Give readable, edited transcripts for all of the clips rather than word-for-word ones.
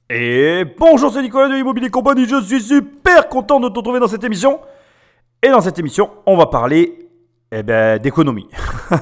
Et bonjour, c'est Nicolas de l'Immobilier Compagnie, je suis super content de te retrouver dans cette émission. Et dans cette émission, on va parler d'économie. On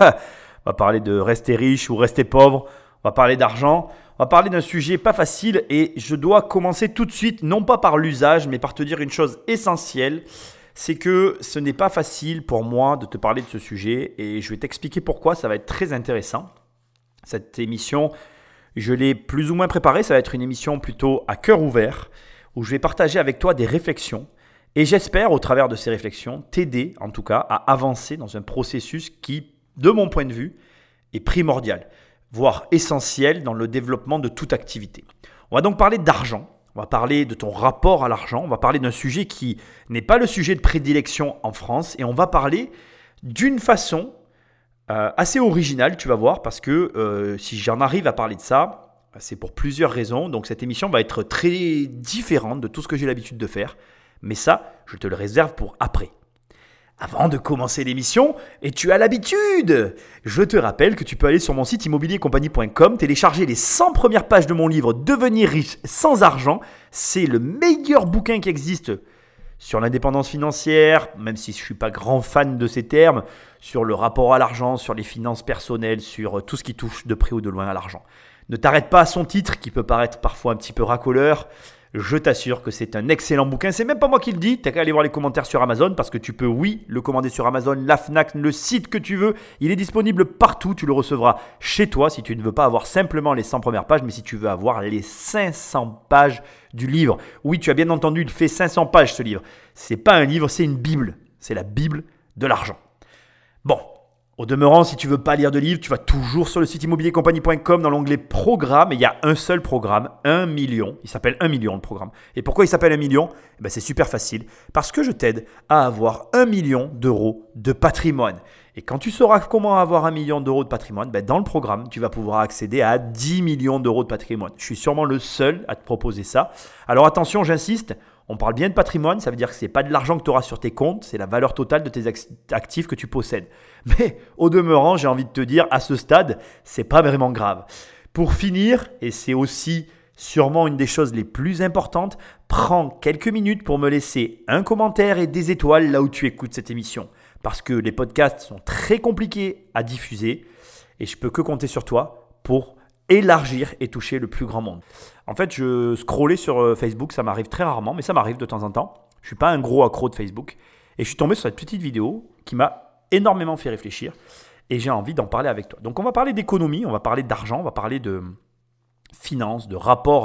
va parler de rester riche ou rester pauvre, on va parler d'argent, on va parler d'un sujet pas facile et je dois commencer tout de suite, non pas par l'usage, mais par te dire une chose essentielle. C'est que ce n'est pas facile pour moi de te parler de ce sujet et je vais t'expliquer pourquoi, ça va être très intéressant. Cette émission, je l'ai plus ou moins préparée, ça va être une émission plutôt à cœur ouvert où je vais partager avec toi des réflexions et j'espère au travers de ces réflexions t'aider en tout cas à avancer dans un processus qui, de mon point de vue, est primordial, voire essentiel dans le développement de toute activité. On va donc parler d'argent, on va parler de ton rapport à l'argent, on va parler d'un sujet qui n'est pas le sujet de prédilection en France et on va parler d'une façon assez original, tu vas voir, parce que si j'en arrive à parler de ça, c'est pour plusieurs raisons. Donc cette émission va être très différente de tout ce que j'ai l'habitude de faire. Mais ça, je te le réserve pour après. Avant de commencer l'émission, et tu as l'habitude, je te rappelle que tu peux aller sur mon site immobiliercompagnie.com, télécharger les 100 premières pages de mon livre « Devenir riche sans argent ». C'est le meilleur bouquin qui existe sur l'indépendance financière, même si je ne suis pas grand fan de ces termes, sur le rapport à l'argent, sur les finances personnelles, sur tout ce qui touche de près ou de loin à l'argent. Ne t'arrête pas à son titre qui peut paraître parfois un petit peu racoleur. Je t'assure que c'est un excellent bouquin. C'est même pas moi qui le dis. Tu n'as qu'à aller voir les commentaires sur Amazon parce que tu peux, oui, le commander sur Amazon, la Fnac, le site que tu veux. Il est disponible partout. Tu le recevras chez toi si tu ne veux pas avoir simplement les 100 premières pages, mais si tu veux avoir les 500 pages du livre. Oui, tu as bien entendu, il fait 500 pages ce livre. C'est pas un livre, c'est une Bible. C'est la Bible de l'argent. Bon. Au demeurant, si tu ne veux pas lire de livre, tu vas toujours sur le site immobiliercompagnie.com dans l'onglet programme. Et il y a un seul programme, 1 million. Il s'appelle 1 million le programme. Et pourquoi il s'appelle 1 million ? C'est super facile. Parce que je t'aide à avoir 1 million d'euros de patrimoine. Et quand tu sauras comment avoir 1 million d'euros de patrimoine, dans le programme, tu vas pouvoir accéder à 10 millions d'euros de patrimoine. Je suis sûrement le seul à te proposer ça. Alors attention, j'insiste. On parle bien de patrimoine, ça veut dire que ce n'est pas de l'argent que tu auras sur tes comptes, c'est la valeur totale de tes actifs que tu possèdes. Mais au demeurant, j'ai envie de te dire, à ce stade, ce n'est pas vraiment grave. Pour finir, et c'est aussi sûrement une des choses les plus importantes, prends quelques minutes pour me laisser un commentaire et des étoiles là où tu écoutes cette émission. Parce que les podcasts sont très compliqués à diffuser et je peux que compter sur toi pour élargir et toucher le plus grand monde. En fait, je scrollais sur Facebook, ça m'arrive très rarement, mais ça m'arrive de temps en temps. Je ne suis pas un gros accro de Facebook. Et je suis tombé sur cette petite vidéo qui m'a énormément fait réfléchir et j'ai envie d'en parler avec toi. Donc on va parler d'économie, on va parler d'argent, on va parler de finances, de rapport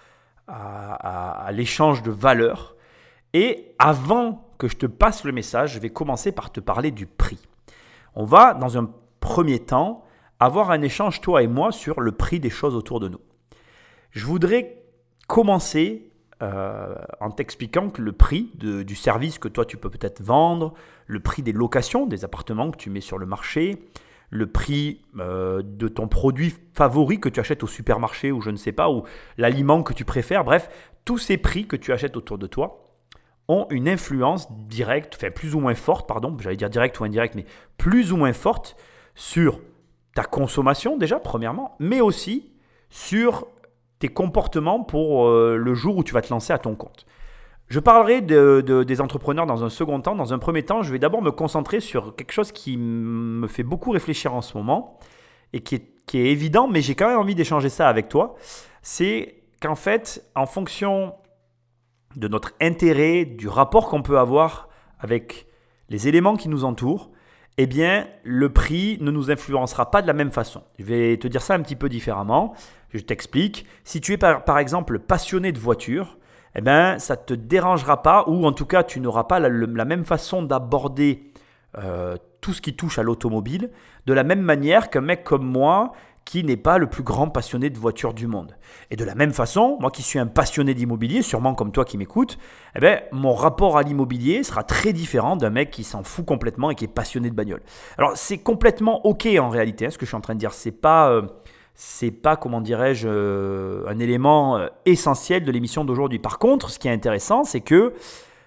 à l'échange de valeurs. Et avant que je te passe le message, je vais commencer par te parler du prix. On va, dans un premier temps, avoir un échange, toi et moi, sur le prix des choses autour de nous. Je voudrais commencer en t'expliquant que le prix du service que toi tu peux peut-être vendre, le prix des locations, des appartements que tu mets sur le marché, le prix de ton produit favori que tu achètes au supermarché ou je ne sais pas, ou l'aliment que tu préfères, bref, tous ces prix que tu achètes autour de toi ont une influence directe, enfin plus ou moins forte, j'allais dire directe ou indirecte, mais plus ou moins forte sur ta consommation déjà, premièrement, mais aussi sur tes comportements pour le jour où tu vas te lancer à ton compte. Je parlerai des entrepreneurs dans un second temps. Dans un premier temps, je vais d'abord me concentrer sur quelque chose qui me fait beaucoup réfléchir en ce moment et qui est évident, mais j'ai quand même envie d'échanger ça avec toi. C'est qu'en fait, en fonction de notre intérêt, du rapport qu'on peut avoir avec les éléments qui nous entourent, eh bien, le prix ne nous influencera pas de la même façon. Je vais te dire ça un petit peu différemment. Je t'explique. Si tu es par exemple passionné de voiture, eh bien, ça ne te dérangera pas ou en tout cas, tu n'auras pas la même façon d'aborder tout ce qui touche à l'automobile de la même manière qu'un mec comme moi qui n'est pas le plus grand passionné de voitures du monde. Et de la même façon, moi qui suis un passionné d'immobilier, sûrement comme toi qui m'écoutes, eh bien, mon rapport à l'immobilier sera très différent d'un mec qui s'en fout complètement et qui est passionné de bagnole. Alors, c'est complètement OK en réalité, ce que je suis en train de dire. C'est pas, comment dirais-je, un élément essentiel de l'émission d'aujourd'hui. Par contre, ce qui est intéressant, c'est que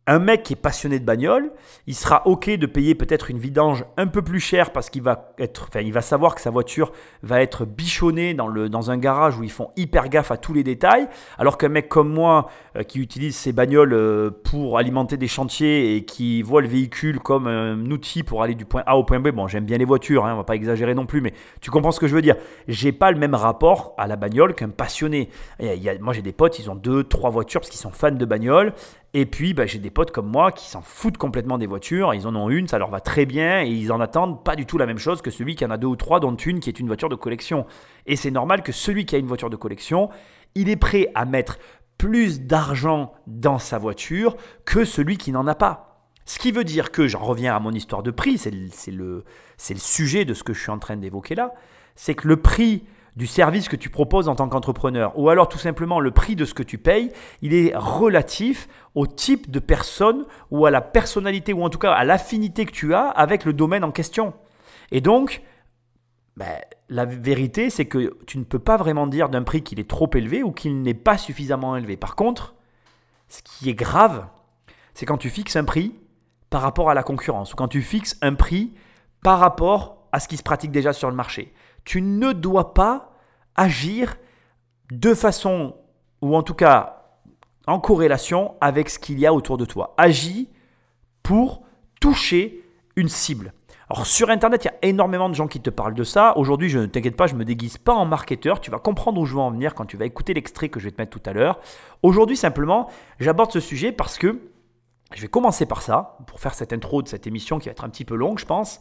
Un mec qui est passionné de bagnole, il sera OK de payer peut-être une vidange un peu plus chère parce qu'il va il va savoir que sa voiture va être bichonnée dans un garage où ils font hyper gaffe à tous les détails. Alors qu'un mec comme moi qui utilise ses bagnoles pour alimenter des chantiers et qui voit le véhicule comme un outil pour aller du point A au point B, bon, j'aime bien les voitures, on va pas exagérer non plus, mais tu comprends ce que je veux dire. J'ai pas le même rapport à la bagnole qu'un passionné. Moi, j'ai des potes, ils ont 2-3 voitures parce qu'ils sont fans de bagnoles. Et puis, j'ai des potes comme moi qui s'en foutent complètement des voitures. Ils en ont une, ça leur va très bien et ils en attendent pas du tout la même chose que celui qui en a 2 ou 3, dont une qui est une voiture de collection. Et c'est normal que celui qui a une voiture de collection, il est prêt à mettre plus d'argent dans sa voiture que celui qui n'en a pas. Ce qui veut dire que, j'en reviens à mon histoire de prix, c'est le sujet de ce que je suis en train d'évoquer là, c'est que le prix du service que tu proposes en tant qu'entrepreneur, ou alors tout simplement le prix de ce que tu payes, il est relatif au type de personne ou à la personnalité, ou en tout cas à l'affinité que tu as avec le domaine en question. Et donc, la vérité, c'est que tu ne peux pas vraiment dire d'un prix qu'il est trop élevé ou qu'il n'est pas suffisamment élevé. Par contre, ce qui est grave, c'est quand tu fixes un prix par rapport à la concurrence, ou quand tu fixes un prix par rapport à ce qui se pratique déjà sur le marché. Tu ne dois pas agir de façon, ou en tout cas en corrélation avec ce qu'il y a autour de toi. Agis pour toucher une cible. Alors sur Internet, il y a énormément de gens qui te parlent de ça. Aujourd'hui, je ne t'inquiète pas, je ne me déguise pas en marketeur. Tu vas comprendre où je veux en venir quand tu vas écouter l'extrait que je vais te mettre tout à l'heure. Aujourd'hui, simplement, j'aborde ce sujet parce que je vais commencer par ça, pour faire cette intro de cette émission qui va être un petit peu longue, je pense.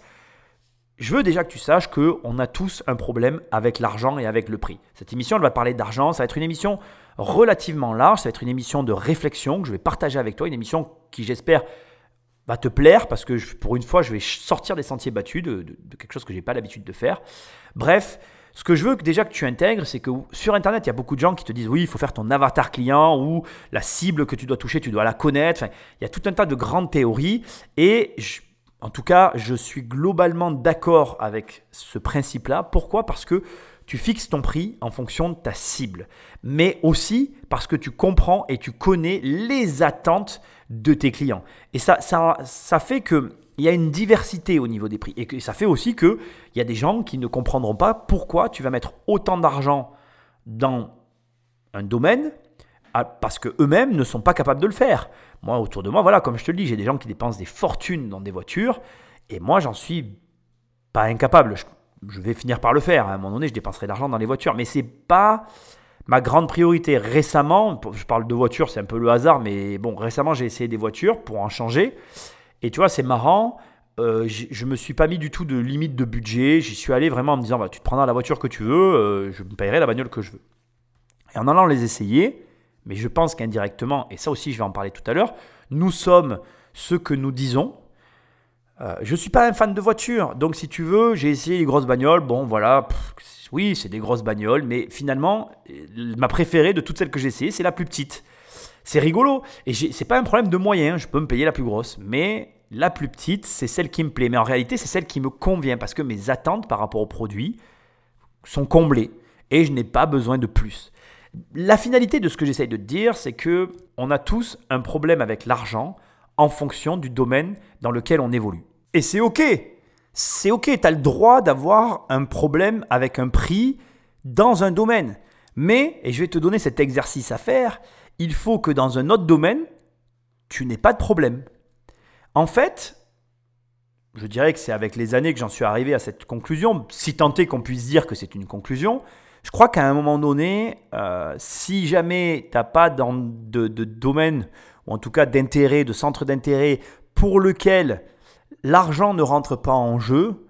Je veux déjà que tu saches qu'on a tous un problème avec l'argent et avec le prix. Cette émission, elle va parler d'argent. Ça va être une émission relativement large. Ça va être une émission de réflexion que je vais partager avec toi. Une émission qui, j'espère, va te plaire parce que pour une fois, je vais sortir des sentiers battus de quelque chose que je n'ai pas l'habitude de faire. Bref, ce que je veux déjà que tu intègres, c'est que sur Internet, il y a beaucoup de gens qui te disent oui, il faut faire ton avatar client ou la cible que tu dois toucher, tu dois la connaître. Enfin, il y a tout un tas de grandes théories et en tout cas, je suis globalement d'accord avec ce principe-là. Pourquoi ? Parce que tu fixes ton prix en fonction de ta cible, mais aussi parce que tu comprends et tu connais les attentes de tes clients. Et ça fait qu'il y a une diversité au niveau des prix. Et ça fait aussi qu'il y a des gens qui ne comprendront pas pourquoi tu vas mettre autant d'argent dans un domaine parce qu'eux-mêmes ne sont pas capables de le faire. Moi, autour de moi, voilà, comme je te le dis, j'ai des gens qui dépensent des fortunes dans des voitures et moi, j'en suis pas incapable. Je vais finir par le faire. À un moment donné, je dépenserai de l'argent dans les voitures, mais ce n'est pas ma grande priorité. Récemment, je parle de voitures, c'est un peu le hasard, mais bon, récemment, j'ai essayé des voitures pour en changer. Et tu vois, c'est marrant, je ne me suis pas mis du tout de limite de budget. J'y suis allé vraiment en me disant, tu te prendras la voiture que tu veux, je me payerai la bagnole que je veux. Et en allant les essayer, mais je pense qu'indirectement, et ça aussi je vais en parler tout à l'heure, nous sommes ce que nous disons. Je ne suis pas un fan de voiture, donc si tu veux, j'ai essayé les grosses bagnoles. Bon voilà, oui c'est des grosses bagnoles, mais finalement, ma préférée de toutes celles que j'ai essayées, c'est la plus petite. C'est rigolo, et ce n'est pas un problème de moyens, je peux me payer la plus grosse, mais la plus petite, c'est celle qui me plaît. Mais en réalité, c'est celle qui me convient, parce que mes attentes par rapport au produit sont comblées, et je n'ai pas besoin de plus. La finalité de ce que j'essaye de te dire, c'est qu'on a tous un problème avec l'argent en fonction du domaine dans lequel on évolue. Et c'est OK. C'est OK, tu as le droit d'avoir un problème avec un prix dans un domaine. Mais, et je vais te donner cet exercice à faire, il faut que dans un autre domaine, tu n'aies pas de problème. En fait, je dirais que c'est avec les années que j'en suis arrivé à cette conclusion, si tant est qu'on puisse dire que c'est une conclusion. Je crois qu'à un moment donné, si jamais tu n'as pas de domaine, ou en tout cas d'intérêt, de centre d'intérêt pour lequel l'argent ne rentre pas en jeu,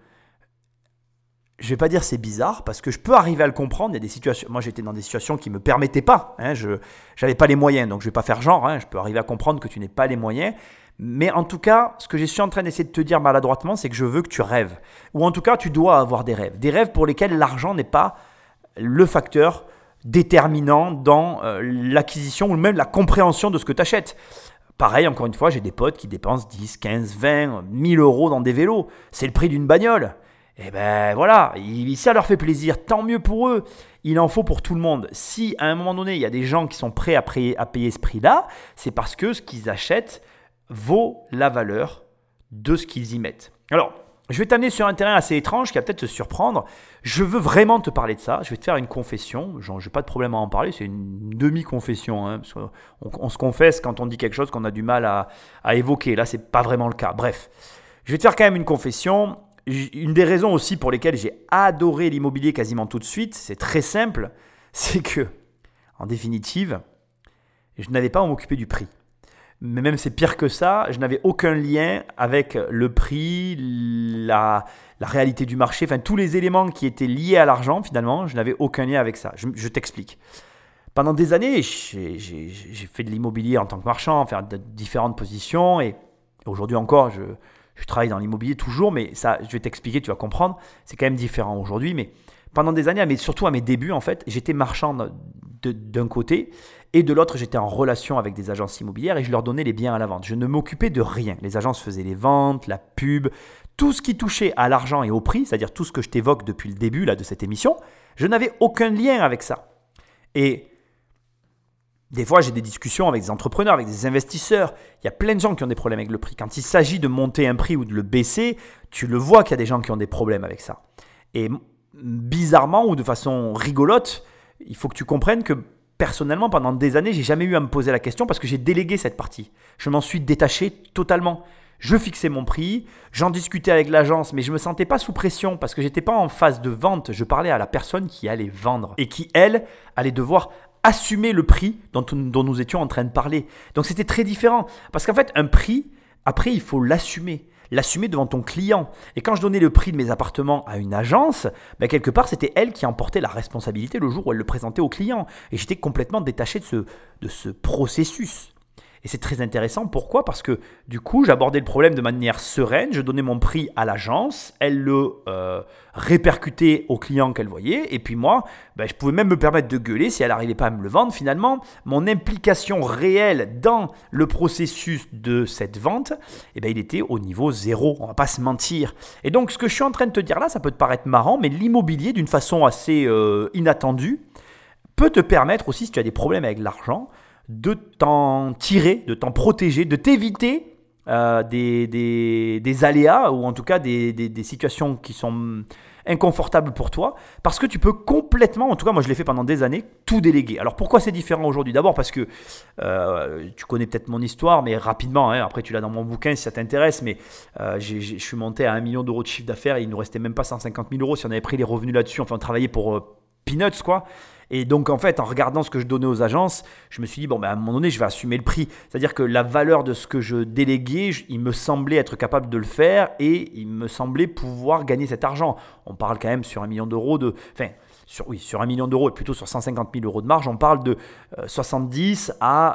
je ne vais pas dire c'est bizarre, parce que je peux arriver à le comprendre. Il y a des situations, moi j'étais dans des situations qui ne me permettaient pas, je n'avais pas les moyens, donc je ne vais pas faire genre, je peux arriver à comprendre que tu n'aies pas les moyens. Mais en tout cas, ce que je suis en train d'essayer de te dire maladroitement, c'est que je veux que tu rêves. Ou en tout cas, tu dois avoir des rêves pour lesquels l'argent n'est pas le facteur déterminant dans l'acquisition ou même la compréhension de ce que tu achètes. Pareil, encore une fois, j'ai des potes qui dépensent 10, 15, 20, 1000 euros dans des vélos. C'est le prix d'une bagnole. Et ben voilà, si ça leur fait plaisir, tant mieux pour eux. Il en faut pour tout le monde. Si à un moment donné, il y a des gens qui sont prêts à payer ce prix-là, c'est parce que ce qu'ils achètent vaut la valeur de ce qu'ils y mettent. Alors, je vais t'amener sur un terrain assez étrange qui va peut-être te surprendre. Je veux vraiment te parler de ça. Je vais te faire une confession. Je n'ai pas de problème à en parler. C'est une demi-confession. Parce qu'on se confesse quand on dit quelque chose qu'on a du mal à évoquer. Là, ce n'est pas vraiment le cas. Bref, je vais te faire quand même une confession. Une des raisons aussi pour lesquelles j'ai adoré l'immobilier quasiment tout de suite, c'est très simple. C'est que, en définitive, je n'avais pas à m'occuper du prix. Mais même c'est pire que ça, je n'avais aucun lien avec le prix, la réalité du marché, enfin tous les éléments qui étaient liés à l'argent finalement, je n'avais aucun lien avec ça. Je t'explique. Pendant des années, j'ai fait de l'immobilier en tant que marchand, faire de différentes positions et aujourd'hui encore, je travaille dans l'immobilier toujours, mais ça, je vais t'expliquer, tu vas comprendre, c'est quand même différent aujourd'hui, mais pendant des années, mais surtout à mes débuts, en fait, j'étais marchand d'un côté et de l'autre, j'étais en relation avec des agences immobilières et je leur donnais les biens à la vente. Je ne m'occupais de rien. Les agences faisaient les ventes, la pub, tout ce qui touchait à l'argent et au prix, c'est-à-dire tout ce que je t'évoque depuis le début là, de cette émission, je n'avais aucun lien avec ça. Et des fois, j'ai des discussions avec des entrepreneurs, avec des investisseurs. Il y a plein de gens qui ont des problèmes avec le prix. Quand il s'agit de monter un prix ou de le baisser, tu le vois qu'il y a des gens qui ont des problèmes avec ça. Et bizarrement ou de façon rigolote, il faut que tu comprennes que personnellement, pendant des années, j'ai jamais eu à me poser la question parce que j'ai délégué cette partie. Je m'en suis détaché totalement. Je fixais mon prix, j'en discutais avec l'agence, mais je ne me sentais pas sous pression parce que je n'étais pas en phase de vente. Je parlais à la personne qui allait vendre et qui, elle, allait devoir assumer le prix dont nous étions en train de parler. Donc, c'était très différent parce qu'en fait, un prix, après, il faut l'assumer devant ton client. Et quand je donnais le prix de mes appartements à une agence, quelque part, c'était elle qui emportait la responsabilité le jour où elle le présentait au client. Et j'étais complètement détaché de ce processus. Et c'est très intéressant. Pourquoi ? Parce que du coup, j'abordais le problème de manière sereine. Je donnais mon prix à l'agence. Elle le répercutait au client qu'elle voyait. Et puis moi, je pouvais même me permettre de gueuler si elle n'arrivait pas à me le vendre. Finalement, mon implication réelle dans le processus de cette vente, il était au niveau 0. On ne va pas se mentir. Et donc, ce que je suis en train de te dire là, ça peut te paraître marrant, mais l'immobilier, d'une façon assez inattendue, peut te permettre aussi, si tu as des problèmes avec l'argent, de t'en tirer, de t'en protéger, de t'éviter des aléas ou en tout cas des situations qui sont inconfortables pour toi parce que tu peux complètement, en tout cas moi je l'ai fait pendant des années, tout déléguer. Alors pourquoi c'est différent aujourd'hui ? D'abord parce que tu connais peut-être mon histoire mais rapidement, après tu l'as dans mon bouquin si ça t'intéresse, mais je suis monté à 1 million d'euros de chiffre d'affaires et il ne nous restait même pas 150 000 euros si on avait pris les revenus là-dessus, enfin on travaillait pour peanuts quoi. Et donc en fait en regardant ce que je donnais aux agences, je me suis dit à un moment donné je vais assumer le prix. C'est-à-dire que la valeur de ce que je déléguais, il me semblait être capable de le faire et il me semblait pouvoir gagner cet argent. On parle quand même sur 1 million d'euros sur 1 million d'euros et plutôt sur 150 000 euros de marge, on parle de 70 à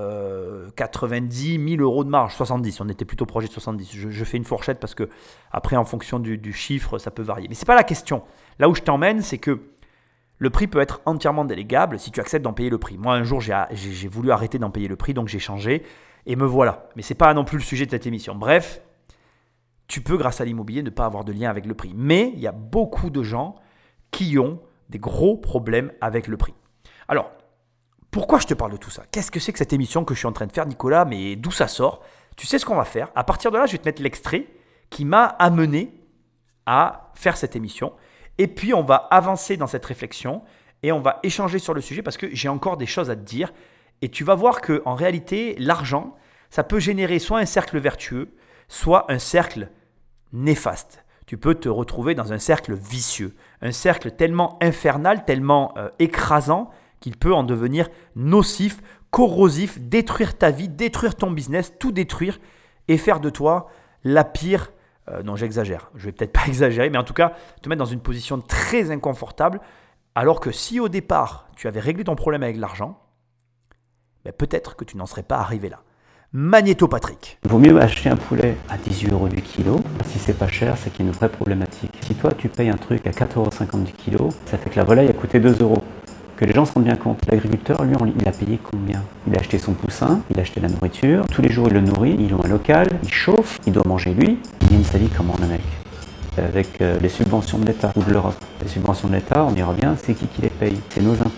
90 000 euros de marge. 70, on était plutôt proche de 70. Je fais une fourchette parce que après en fonction du chiffre ça peut varier. Mais ce n'est pas la question. Là où je t'emmène c'est que le prix peut être entièrement délégable si tu acceptes d'en payer le prix. Moi, un jour, j'ai voulu arrêter d'en payer le prix, donc j'ai changé et me voilà. Mais ce n'est pas non plus le sujet de cette émission. Bref, tu peux, grâce à l'immobilier, ne pas avoir de lien avec le prix. Mais il y a beaucoup de gens qui ont des gros problèmes avec le prix. Alors, pourquoi je te parle de tout ça ? Qu'est-ce que c'est que cette émission que je suis en train de faire, Nicolas ? Mais d'où ça sort ? Tu sais ce qu'on va faire ? À partir de là, je vais te mettre l'extrait qui m'a amené à faire cette émission. Et puis, on va avancer dans cette réflexion et on va échanger sur le sujet parce que j'ai encore des choses à te dire. Et tu vas voir qu'en réalité, l'argent, ça peut générer soit un cercle vertueux, soit un cercle néfaste. Tu peux te retrouver dans un cercle vicieux, un cercle tellement infernal, tellement écrasant qu'il peut en devenir nocif, corrosif, détruire ta vie, détruire ton business, tout détruire et faire de toi la pire. Non, j'exagère. Je vais peut-être pas exagérer, mais en tout cas, te mettre dans une position très inconfortable, alors que si au départ, tu avais réglé ton problème avec l'argent, peut-être que tu n'en serais pas arrivé là. Magnéto Patrick. Il vaut mieux acheter un poulet à 18 € du kilo. Si c'est pas cher, c'est qu'il y a une vraie problématique. Si toi, tu payes un truc à 4,50 € du kilo, ça fait que la volaille a coûté 2 €. Que les gens se rendent bien compte. L'agriculteur, lui, il a payé combien ? Il a acheté son poussin, il a acheté la nourriture, tous les jours il le nourrit, il loue un local, il chauffe, il doit manger lui. Il gagne sa vie comment, le mec ? Avec les subventions de l'État ou de l'Europe. Les subventions de l'État, on y revient, c'est qui les paye ? C'est nos impôts.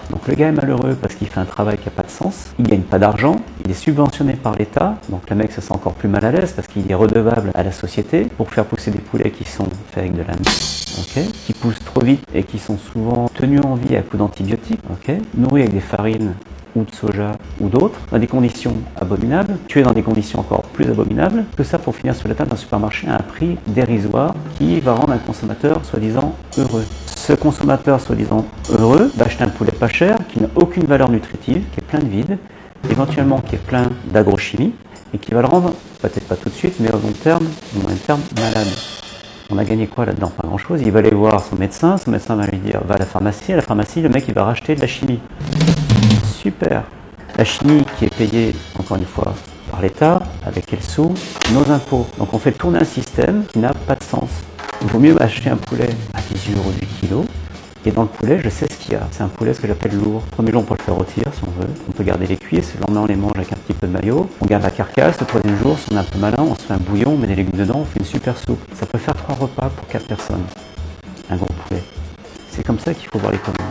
Donc le gars est malheureux parce qu'il fait un travail qui n'a pas de sens, il ne gagne pas d'argent, il est subventionné par l'État, donc le mec se sent encore plus mal à l'aise parce qu'il est redevable à la société pour faire pousser des poulets qui sont faits avec de la merde, qui poussent trop vite et qui sont souvent tenus en vie à coups d'antibiotiques, nourris avec des farines ou de soja ou d'autres, dans des conditions abominables, tués dans des conditions encore plus abominables, que ça pour finir sur la table d'un supermarché à un prix dérisoire qui va rendre un consommateur soi-disant heureux. Ce consommateur soi-disant heureux va acheter un poulet pas cher, qui n'a aucune valeur nutritive, qui est plein de vide, éventuellement qui est plein d'agrochimie, et qui va le rendre, peut-être pas tout de suite, mais au long terme, au moyen terme, malade. On a gagné quoi là-dedans? Pas grand-chose. Il va aller voir son médecin va lui dire, va à la pharmacie, le mec il va racheter de la chimie. Super. La chimie qui est payée, encore une fois, par l'État, avec quels sous? Nos impôts. Donc on fait tourner un système qui n'a pas de sens. Il vaut mieux acheter un poulet à 18 € du kilo. Et dans le poulet, je sais ce qu'il y a. C'est un poulet, ce que j'appelle lourd. Le premier jour, on peut le faire rôtir si on veut. On peut garder les cuisses. Le lendemain, on les mange avec un petit peu de maillot. On garde la carcasse. Le troisième jour, si on est un peu malin, on se fait un bouillon, on met des légumes dedans, on fait une super soupe. Ça peut faire 3 repas pour 4 personnes. Un gros poulet. C'est comme ça qu'il faut voir l'économie.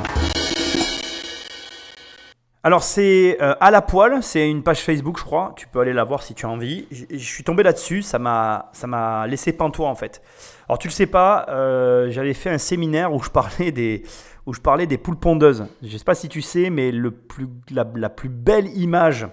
Alors c'est à la poêle, c'est une page Facebook je crois, tu peux aller la voir si tu as envie. Je suis tombé là-dessus, ça m'a laissé pantois en fait. Alors tu le sais pas, j'avais fait un séminaire où je parlais des poules pondeuses. Je ne sais pas si tu sais, mais la plus belle image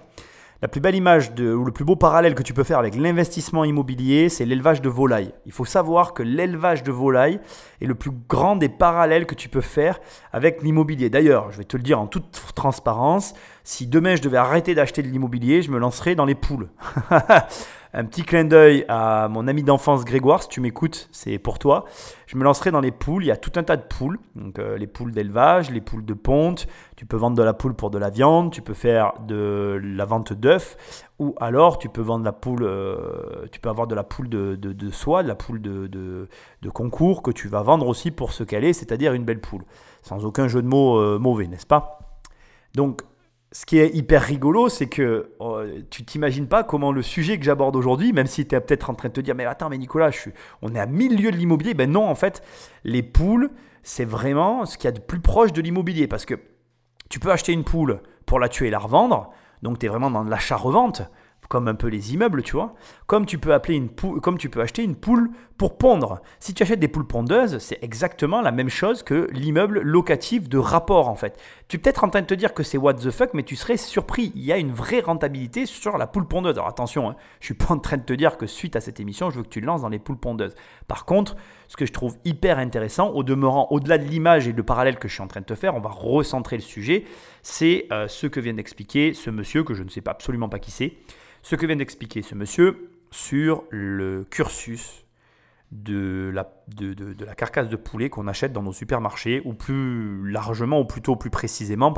ou le plus beau parallèle que tu peux faire avec l'investissement immobilier, c'est l'élevage de volailles. Il faut savoir que l'élevage de volailles est le plus grand des parallèles que tu peux faire avec l'immobilier. D'ailleurs, je vais te le dire en toute transparence, si demain je devais arrêter d'acheter de l'immobilier, je me lancerais dans les poules. Un petit clin d'œil à mon ami d'enfance Grégoire, si tu m'écoutes, c'est pour toi. Je me lancerai dans les poules, il y a tout un tas de poules. Donc les poules d'élevage, les poules de ponte, tu peux vendre de la poule pour de la viande, tu peux faire de la vente d'œufs, ou alors tu peux vendre la poule, tu peux avoir de la poule de soie, de la poule de concours que tu vas vendre aussi pour ce qu'elle est, c'est-à-dire une belle poule. Sans aucun jeu de mots mauvais, n'est-ce pas? Donc, ce qui est hyper rigolo, c'est que tu t'imagines pas comment le sujet que j'aborde aujourd'hui, même si tu es peut-être en train de te dire « Mais attends, mais Nicolas, on est à 1000 lieues de l'immobilier ». Ben non, en fait, les poules, c'est vraiment ce qu'il y a de plus proche de l'immobilier. Parce que tu peux acheter une poule pour la tuer et la revendre. Donc, tu es vraiment dans de l'achat-revente, comme un peu les immeubles, tu vois. Comme tu peux acheter une poule pour pondre. Si tu achètes des poules pondeuses, c'est exactement la même chose que l'immeuble locatif de rapport, en fait. Tu es peut-être en train de te dire que c'est what the fuck, mais tu serais surpris. Il y a une vraie rentabilité sur la poule pondeuse. Alors attention, je ne suis pas en train de te dire que suite à cette émission, je veux que tu te lances dans les poules pondeuses. Par contre, ce que je trouve hyper intéressant, au demeurant, au-delà de l'image et le parallèle que je suis en train de te faire, on va recentrer le sujet, c'est ce que vient d'expliquer ce monsieur, que je ne sais pas absolument pas qui c'est, ce que vient d'expliquer ce monsieur sur le cursus de la carcasse de poulet qu'on achète dans nos supermarchés, ou plus largement, ou plutôt plus précisément,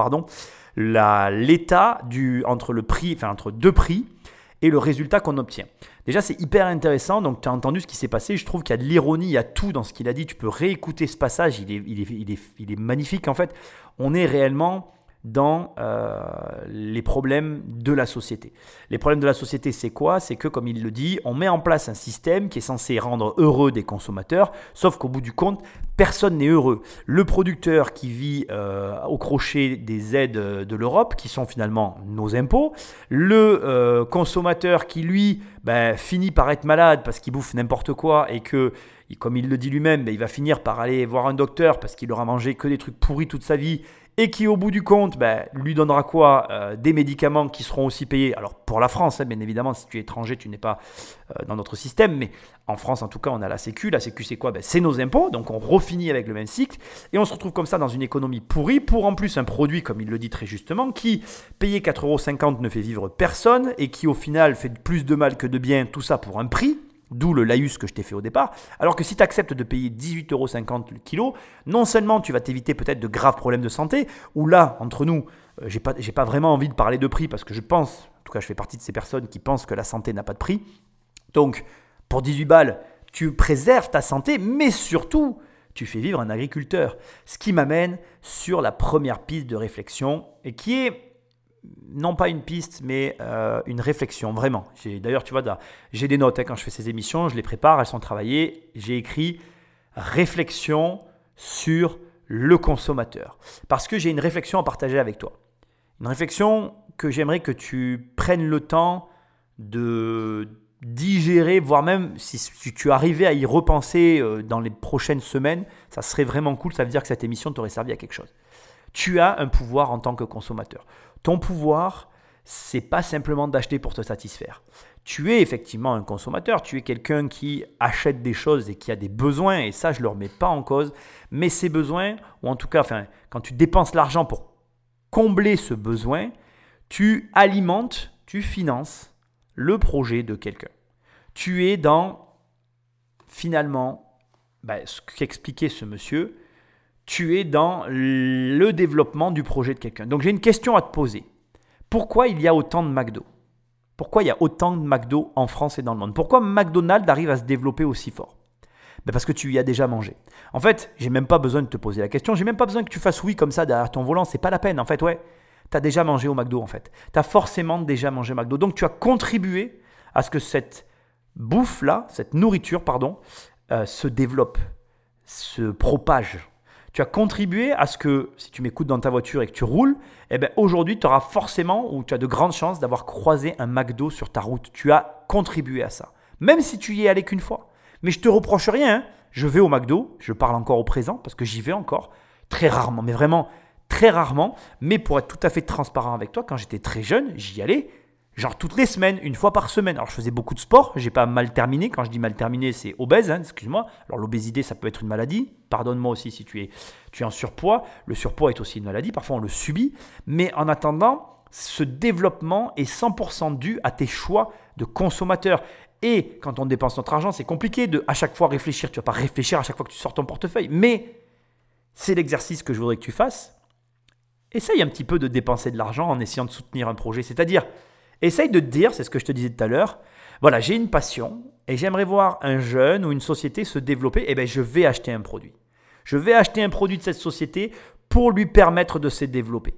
l'état entre deux prix et le résultat qu'on obtient. Déjà, c'est hyper intéressant. Donc, tu as entendu ce qui s'est passé. Je trouve qu'il y a de l'ironie, il y a tout dans ce qu'il a dit. Tu peux réécouter ce passage. Il est magnifique. En fait, on est réellement dans les problèmes de la société. Les problèmes de la société, c'est quoi? C'est que, comme il le dit, on met en place un système qui est censé rendre heureux des consommateurs, sauf qu'au bout du compte, personne n'est heureux. Le producteur qui vit au crochet des aides de l'Europe, qui sont finalement nos impôts, le consommateur qui, lui, finit par être malade parce qu'il bouffe n'importe quoi et que, comme il le dit lui-même, il va finir par aller voir un docteur parce qu'il aura mangé que des trucs pourris toute sa vie, et qui au bout du compte lui donnera quoi? Des médicaments qui seront aussi payés. Alors pour la France, bien évidemment, si tu es étranger, tu n'es pas dans notre système, mais en France en tout cas on a la Sécu. La Sécu c'est quoi? C'est nos impôts, donc on refinit avec le même cycle, et on se retrouve comme ça dans une économie pourrie, pour en plus un produit, comme il le dit très justement, qui payé 4,50 € ne fait vivre personne, et qui au final fait plus de mal que de bien, tout ça pour un prix. D'où le laïus que je t'ai fait au départ. Alors que si tu acceptes de payer 18,50 € le kilo, non seulement tu vas t'éviter peut-être de graves problèmes de santé, ou là, entre nous, j'ai pas vraiment envie de parler de prix parce que je pense, en tout cas je fais partie de ces personnes qui pensent que la santé n'a pas de prix. Donc, pour 18 balles, tu préserves ta santé, mais surtout, tu fais vivre un agriculteur. Ce qui m'amène sur la première piste de réflexion, et qui est non pas une piste, mais une réflexion, vraiment. D'ailleurs, tu vois, j'ai des notes quand je fais ces émissions, je les prépare, elles sont travaillées. J'ai écrit « Réflexion sur le consommateur. Parce que j'ai une réflexion à partager avec toi. Une réflexion que j'aimerais que tu prennes le temps de digérer, voire même si tu arrivais à y repenser dans les prochaines semaines, ça serait vraiment cool. Ça veut dire que cette émission t'aurait servi à quelque chose. Tu as un pouvoir en tant que consommateur. Ton pouvoir, c'est pas simplement d'acheter pour te satisfaire. Tu es effectivement un consommateur, tu es quelqu'un qui achète des choses et qui a des besoins, et ça je ne le remets pas en cause, mais ces besoins, ou en tout cas quand tu dépenses l'argent pour combler ce besoin, tu alimentes, tu finances le projet de quelqu'un. Tu es dans, finalement, ce qu'expliquait ce monsieur, tu es dans le développement du projet de quelqu'un. Donc j'ai une question à te poser. Pourquoi il y a autant de McDo ? Pourquoi il y a autant de McDo en France et dans le monde ? Pourquoi McDonald's arrive à se développer aussi fort ? Parce que tu y as déjà mangé. En fait, j'ai même pas besoin de te poser la question. J'ai même pas besoin que tu fasses oui comme ça derrière ton volant. C'est pas la peine. En fait, tu as déjà mangé au McDo en fait. Tu as forcément déjà mangé McDo. Donc, tu as contribué à ce que cette bouffe-là, cette nourriture, se développe, se propage. Tu as contribué à ce que, si tu m'écoutes dans ta voiture et que tu roules, aujourd'hui, tu auras forcément, ou tu as de grandes chances d'avoir croisé un McDo sur ta route. Tu as contribué à ça. Même si tu y es allé qu'une fois. Mais je ne te reproche rien. Hein. Je vais au McDo, je parle encore au présent parce que j'y vais encore très rarement, mais vraiment très rarement. Mais pour être tout à fait transparent avec toi, quand j'étais très jeune, j'y allais genre toutes les semaines, une fois par semaine. Alors je faisais beaucoup de sport, j'ai pas mal terminé. Quand je dis mal terminé, c'est obèse, excuse-moi. Alors l'obésité, ça peut être une maladie. Pardonne-moi aussi si tu es en surpoids. Le surpoids est aussi une maladie, parfois on le subit. Mais en attendant, ce développement est 100% dû à tes choix de consommateur. Et quand on dépense notre argent, c'est compliqué de à chaque fois réfléchir. Tu ne vas pas réfléchir à chaque fois que tu sors ton portefeuille. Mais c'est l'exercice que je voudrais que tu fasses. Essaye un petit peu de dépenser de l'argent en essayant de soutenir un projet. C'est-à-dire, essaye de te dire, c'est ce que je te disais tout à l'heure, voilà, j'ai une passion et j'aimerais voir un jeune ou une société se développer. Je vais acheter un produit. Je vais acheter un produit de cette société pour lui permettre de se développer.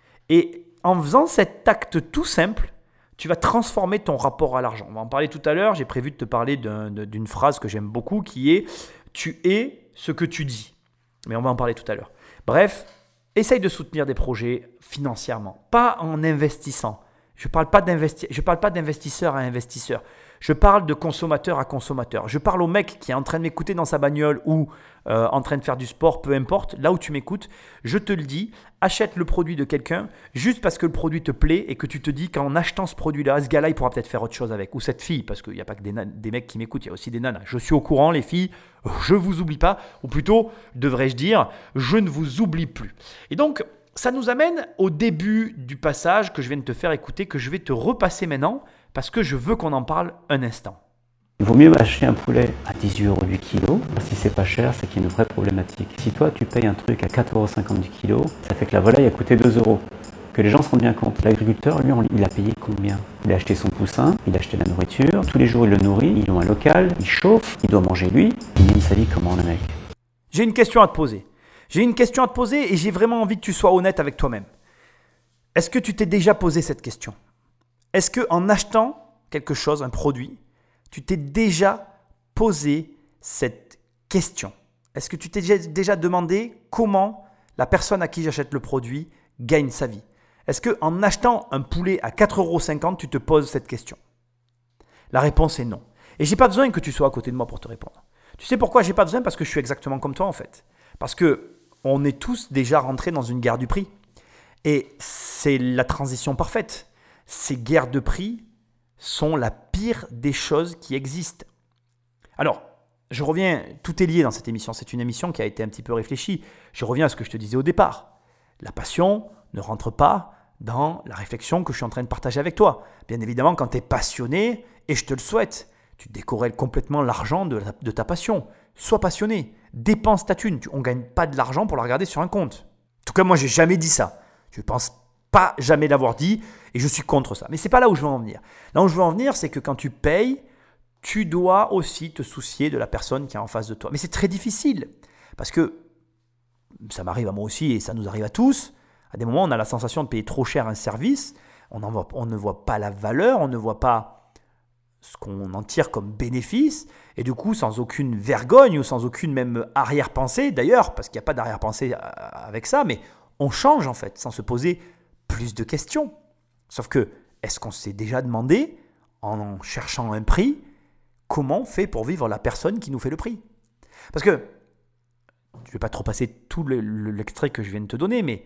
Et en faisant cet acte tout simple, tu vas transformer ton rapport à l'argent. On va en parler tout à l'heure. J'ai prévu de te parler d'une phrase que j'aime beaucoup qui est « Tu es ce que tu dis ». Mais on va en parler tout à l'heure. Bref, essaye de soutenir des projets financièrement, pas en investissant. Je ne parle pas d'investisseur à investisseur. Je parle de consommateur à consommateur. Je parle au mec qui est en train de m'écouter dans sa bagnole ou en train de faire du sport, peu importe, là où tu m'écoutes, je te le dis, achète le produit de quelqu'un juste parce que le produit te plaît et que tu te dis qu'en achetant ce produit-là, ce gars-là, il pourra peut-être faire autre chose avec. Ou cette fille, parce qu'il n'y a pas que des mecs qui m'écoutent, il y a aussi des nanas. Je suis au courant, les filles, je ne vous oublie pas, ou plutôt, devrais-je dire, je ne vous oublie plus. Et donc, ça nous amène au début du passage que je viens de te faire écouter, que je vais te repasser maintenant, parce que je veux qu'on en parle un instant. Il vaut mieux acheter un poulet à 18 € du kilo. Si c'est pas cher, c'est qu'il y a une vraie problématique. Si toi, tu payes un truc à 4,50 € du kilo, ça fait que la volaille a coûté 2 €. Que les gens se rendent bien compte. L'agriculteur, lui, il a payé combien ? Il a acheté son poussin, il a acheté la nourriture, tous les jours il le nourrit, il a un local, il chauffe, il doit manger lui. Il mène sa vie comment, le mec ? J'ai une question à te poser. Et j'ai vraiment envie que tu sois honnête avec toi-même. Est-ce que tu t'es déjà posé cette question ? Est-ce qu'en achetant quelque chose, un produit, tu t'es déjà posé cette question ? Est-ce que tu t'es déjà demandé comment la personne à qui j'achète le produit gagne sa vie ? Est-ce qu'en achetant un poulet à 4,50 €, tu te poses cette question ? La réponse est non. Et je n'ai pas besoin que tu sois à côté de moi pour te répondre. Tu sais pourquoi je n'ai pas besoin ? Parce que je suis exactement comme toi en fait. Parce qu'on est tous déjà rentrés dans une guerre du prix. Et c'est la transition parfaite. Ces guerres de prix sont la pire des choses qui existent. Alors, je reviens, tout est lié dans cette émission. C'est une émission qui a été un petit peu réfléchie. Je reviens à ce que je te disais au départ. La passion ne rentre pas dans la réflexion que je suis en train de partager avec toi. Bien évidemment, quand tu es passionné, et je te le souhaite, tu décorrèles complètement l'argent de ta passion. Sois passionné, dépense ta thune. On ne gagne pas de l'argent pour la regarder sur un compte. En tout cas, moi, je n'ai jamais dit ça. Je ne pense pas jamais l'avoir dit et je suis contre ça. Mais ce n'est pas là où je veux en venir. Là où je veux en venir, c'est que quand tu payes, tu dois aussi te soucier de la personne qui est en face de toi. Mais c'est très difficile parce que ça m'arrive à moi aussi et ça nous arrive à tous. À des moments, on a la sensation de payer trop cher un service. On ne voit pas la valeur, on ne voit pas ce qu'on en tire comme bénéfice, et du coup sans aucune vergogne ou sans aucune même arrière-pensée d'ailleurs, parce qu'il n'y a pas d'arrière-pensée avec ça, mais on change en fait, sans se poser plus de questions. Sauf que, est-ce qu'on s'est déjà demandé, en cherchant un prix, comment on fait pour vivre la personne qui nous fait le prix? Parce que, je ne vais pas trop passer tout l'extrait que je viens de te donner, mais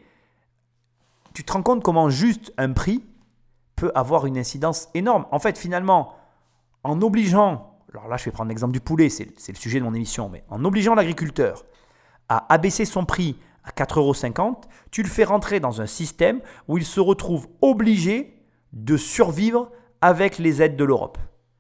tu te rends compte comment juste un prix peut avoir une incidence énorme. En fait, finalement, en obligeant, alors là je vais prendre l'exemple du poulet, c'est le sujet de mon émission, mais en obligeant l'agriculteur à abaisser son prix à 4,50 €, tu le fais rentrer dans un système où il se retrouve obligé de survivre avec les aides de l'Europe.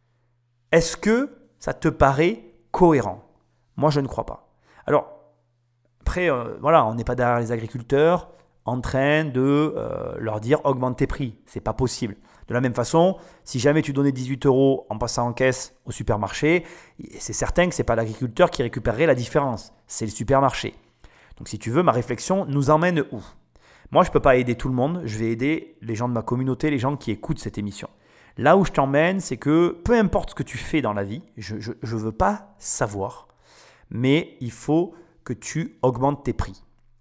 Est-ce que ça te paraît cohérent? Moi, je ne crois pas. Alors, après, voilà, on n'est pas derrière les agriculteurs en train de leur dire augmente tes prix. Ce n'est pas possible. De la même façon, si jamais tu donnais 18 € en passant en caisse au supermarché, c'est certain que ce n'est pas l'agriculteur qui récupérerait la différence, c'est le supermarché. Donc si tu veux, ma réflexion nous emmène où? Moi, je ne peux pas aider tout le monde, je vais aider les gens de ma communauté, les gens qui écoutent cette émission. Là où je t'emmène, c'est que peu importe ce que tu fais dans la vie, je ne veux pas savoir, mais il faut que tu augmentes tes prix.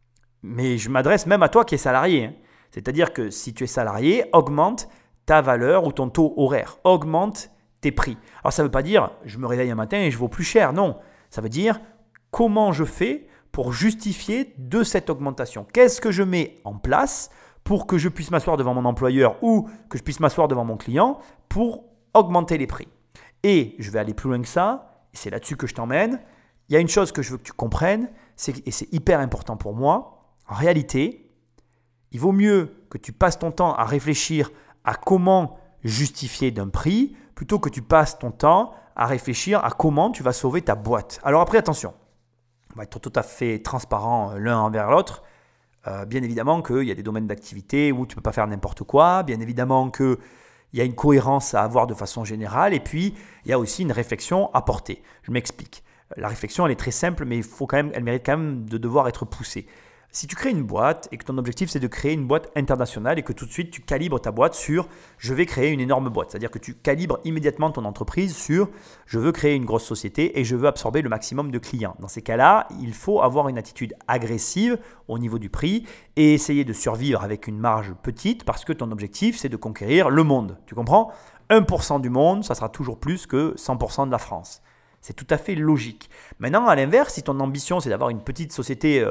Mais je m'adresse même à toi qui es salarié. C'est-à-dire que si tu es salarié, augmente ta valeur ou ton taux horaire. Augmente tes prix. Alors ça ne veut pas dire je me réveille un matin et je vaux plus cher. Non, ça veut dire comment je fais pour justifier de cette augmentation. Qu'est-ce que je mets en place pour que je puisse m'asseoir devant mon employeur ou que je puisse m'asseoir devant mon client pour augmenter les prix. Et je vais aller plus loin que ça, et c'est là-dessus que je t'emmène. Il y a une chose que je veux que tu comprennes, et c'est hyper important pour moi. En réalité, il vaut mieux que tu passes ton temps à réfléchir à comment justifier d'un prix plutôt que tu passes ton temps à réfléchir à comment tu vas sauver ta boîte. Alors après, attention, on va être tout à fait transparent l'un envers l'autre. Bien évidemment qu'il y a des domaines d'activité où tu ne peux pas faire n'importe quoi. Bien évidemment qu'il y a une cohérence à avoir de façon générale. Et puis, il y a aussi une réflexion à porter. Je m'explique. La réflexion, elle est très simple, mais elle mérite quand même de devoir être poussée. Si tu crées une boîte et que ton objectif, c'est de créer une boîte internationale et que tout de suite, tu calibres ta boîte sur « je vais créer une énorme boîte ». C'est-à-dire que tu calibres immédiatement ton entreprise sur « je veux créer une grosse société et je veux absorber le maximum de clients ». Dans ces cas-là, il faut avoir une attitude agressive au niveau du prix et essayer de survivre avec une marge petite parce que ton objectif, c'est de conquérir le monde. Tu comprends ? 1% du monde, ça sera toujours plus que 100% de la France. C'est tout à fait logique. Maintenant, à l'inverse, si ton ambition, c'est d'avoir une petite société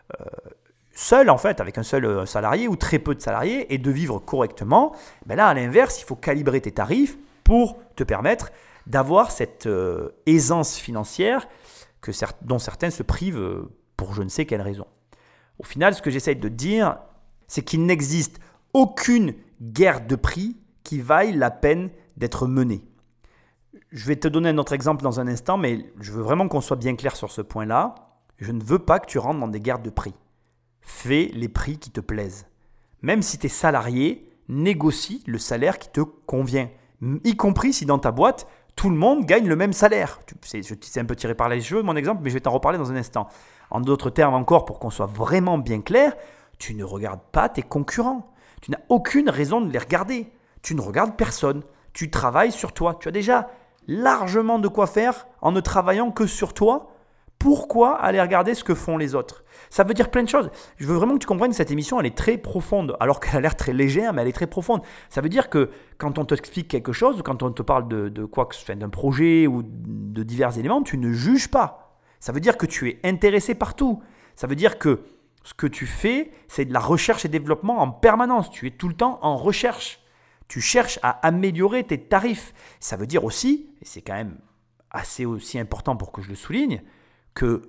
seul en fait, avec un seul salarié ou très peu de salariés et de vivre correctement, ben là, à l'inverse, il faut calibrer tes tarifs pour te permettre d'avoir cette aisance financière dont certains se privent pour je ne sais quelle raison. Au final, ce que j'essaie de dire, c'est qu'il n'existe aucune guerre de prix qui vaille la peine d'être menée. Je vais te donner un autre exemple dans un instant, mais je veux vraiment qu'on soit bien clair sur ce point-là. Je ne veux pas que tu rentres dans des guerres de prix. Fais les prix qui te plaisent. Même si tu es salarié, négocie le salaire qui te convient. Y compris si dans ta boîte, tout le monde gagne le même salaire. C'est un peu tiré par les cheveux mon exemple, mais je vais t'en reparler dans un instant. En d'autres termes encore, pour qu'on soit vraiment bien clair, tu ne regardes pas tes concurrents. Tu n'as aucune raison de les regarder. Tu ne regardes personne. Tu travailles sur toi. Tu as déjà largement de quoi faire en ne travaillant que sur toi. Pourquoi aller regarder ce que font les autres? Ça veut dire plein de choses. Je veux vraiment que tu comprennes que cette émission, elle est très profonde, alors qu'elle a l'air très légère, mais elle est très profonde. Ça veut dire que quand on t'explique quelque chose, ou quand on te parle d'un projet ou de divers éléments, tu ne juges pas. Ça veut dire que tu es intéressé par tout. Ça veut dire que ce que tu fais, c'est de la recherche et développement en permanence. Tu es tout le temps en recherche. Tu cherches à améliorer tes tarifs. Ça veut dire aussi, et c'est quand même assez aussi important pour que je le souligne, que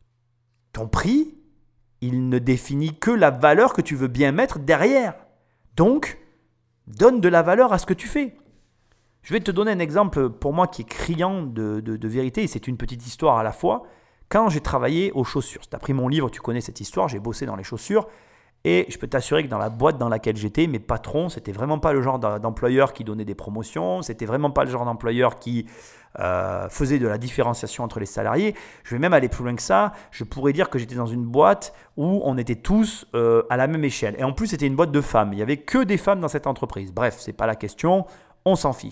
ton prix, il ne définit que la valeur que tu veux bien mettre derrière. Donc, donne de la valeur à ce que tu fais. Je vais te donner un exemple pour moi qui est criant de vérité, et c'est une petite histoire à la fois. Quand j'ai travaillé aux chaussures, si tu as pris mon livre, tu connais cette histoire, j'ai bossé dans les chaussures, et je peux t'assurer que dans la boîte dans laquelle j'étais, mes patrons, c'était vraiment pas le genre d'employeur qui donnait des promotions, c'était vraiment pas le genre d'employeur qui faisait de la différenciation entre les salariés. Je vais même aller plus loin que ça, je pourrais dire que j'étais dans une boîte où on était tous à la même échelle. Et en plus, c'était une boîte de femmes, il n'y avait que des femmes dans cette entreprise. Bref, c'est pas la question, on s'en fiche.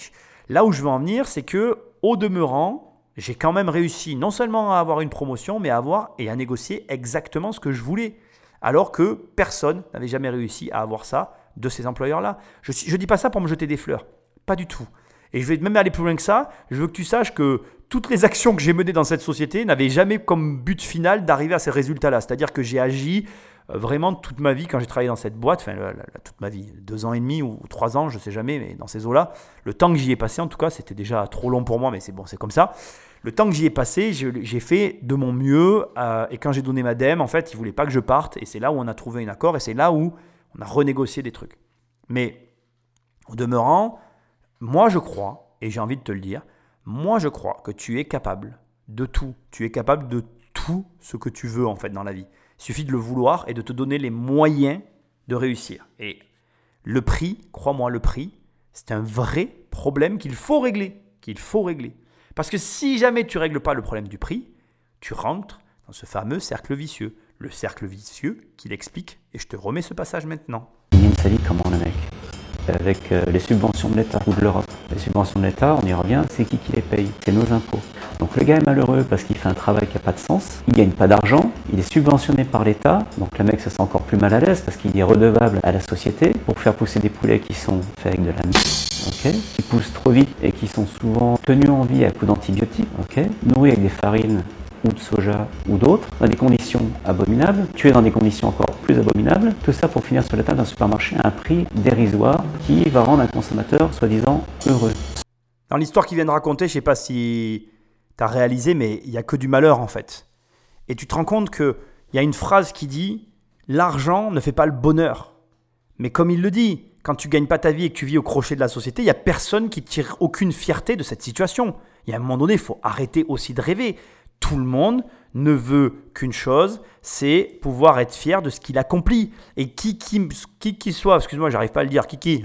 Là où je veux en venir, c'est que au demeurant, j'ai quand même réussi non seulement à avoir une promotion, mais à avoir et à négocier exactement ce que je voulais. Alors que personne n'avait jamais réussi à avoir ça de ces employeurs-là. Je ne dis pas ça pour me jeter des fleurs, pas du tout. Et je vais même aller plus loin que ça. Je veux que tu saches que toutes les actions que j'ai menées dans cette société n'avaient jamais comme but final d'arriver à ces résultats-là. C'est-à-dire que j'ai agi vraiment toute ma vie quand j'ai travaillé dans cette boîte, enfin toute ma vie, 2 ans et demi ou 3 ans, je ne sais jamais, mais dans ces eaux-là, le temps que j'y ai passé en tout cas, c'était déjà trop long pour moi, mais c'est bon, c'est comme ça. Le temps que j'y ai passé, j'ai fait de mon mieux et quand j'ai donné ma dème, en fait, ils ne voulaient pas que je parte et c'est là où on a trouvé un accord et c'est là où on a renégocié des trucs. Mais au demeurant, moi je crois, et j'ai envie de te le dire, moi je crois que tu es capable de tout. Tu es capable de tout ce que tu veux en fait dans la vie. Il suffit de le vouloir et de te donner les moyens de réussir. Et le prix, crois-moi, le prix, c'est un vrai problème qu'il faut régler. Parce que si jamais tu ne règles pas le problème du prix, tu rentres dans ce fameux cercle vicieux. Le cercle vicieux qu'il explique, et je te remets ce passage maintenant. Il gagne sa vie comment le mec ? Avec les subventions de l'État ou de l'Europe. Les subventions de l'État, on y revient, c'est qui les paye ? C'est nos impôts. Donc le gars est malheureux parce qu'il fait un travail qui n'a pas de sens, il ne gagne pas d'argent, il est subventionné par l'État, donc le mec se sent encore plus mal à l'aise parce qu'il est redevable à la société pour faire pousser des poulets qui sont faits avec de la merde, qui poussent trop vite et qui sont souvent tenus en vie à coups d'antibiotiques, nourris avec des farines ou de soja ou d'autres, dans des conditions abominables, tués dans des conditions encore plus abominables, tout ça pour finir sur la table d'un supermarché à un prix dérisoire qui va rendre un consommateur soi-disant heureux. Dans l'histoire qu'il vient de raconter, je ne sais pas si tu as réalisé, mais il n'y a que du malheur en fait. Et tu te rends compte qu'il y a une phrase qui dit « L'argent ne fait pas le bonheur ». Mais comme il le dit, quand tu ne gagnes pas ta vie et que tu vis au crochet de la société, il n'y a personne qui tire aucune fierté de cette situation. Il y a un moment donné, il faut arrêter aussi de rêver. Tout le monde ne veut qu'une chose, c'est pouvoir être fier de ce qu'il accomplit. Et qui soit, excuse-moi, j'arrive pas à le dire, qui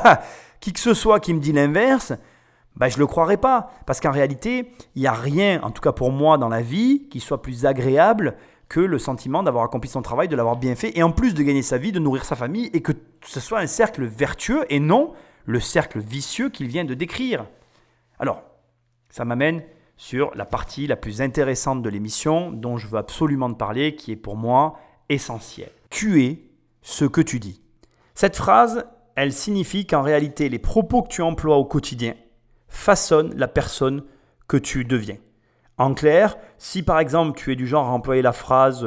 que ce soit qui me dit l'inverse, je ne le croirais pas. Parce qu'en réalité, il n'y a rien, en tout cas pour moi dans la vie, qui soit plus agréable que le sentiment d'avoir accompli son travail, de l'avoir bien fait, et en plus de gagner sa vie, de nourrir sa famille, et que ce soit un cercle vertueux et non le cercle vicieux qu'il vient de décrire. Alors, ça m'amène sur la partie la plus intéressante de l'émission dont je veux absolument te parler, qui est pour moi essentielle. Tu es ce que tu dis. Cette phrase, elle signifie qu'en réalité, les propos que tu emploies au quotidien façonnent la personne que tu deviens. En clair, si par exemple tu es du genre à employer la phrase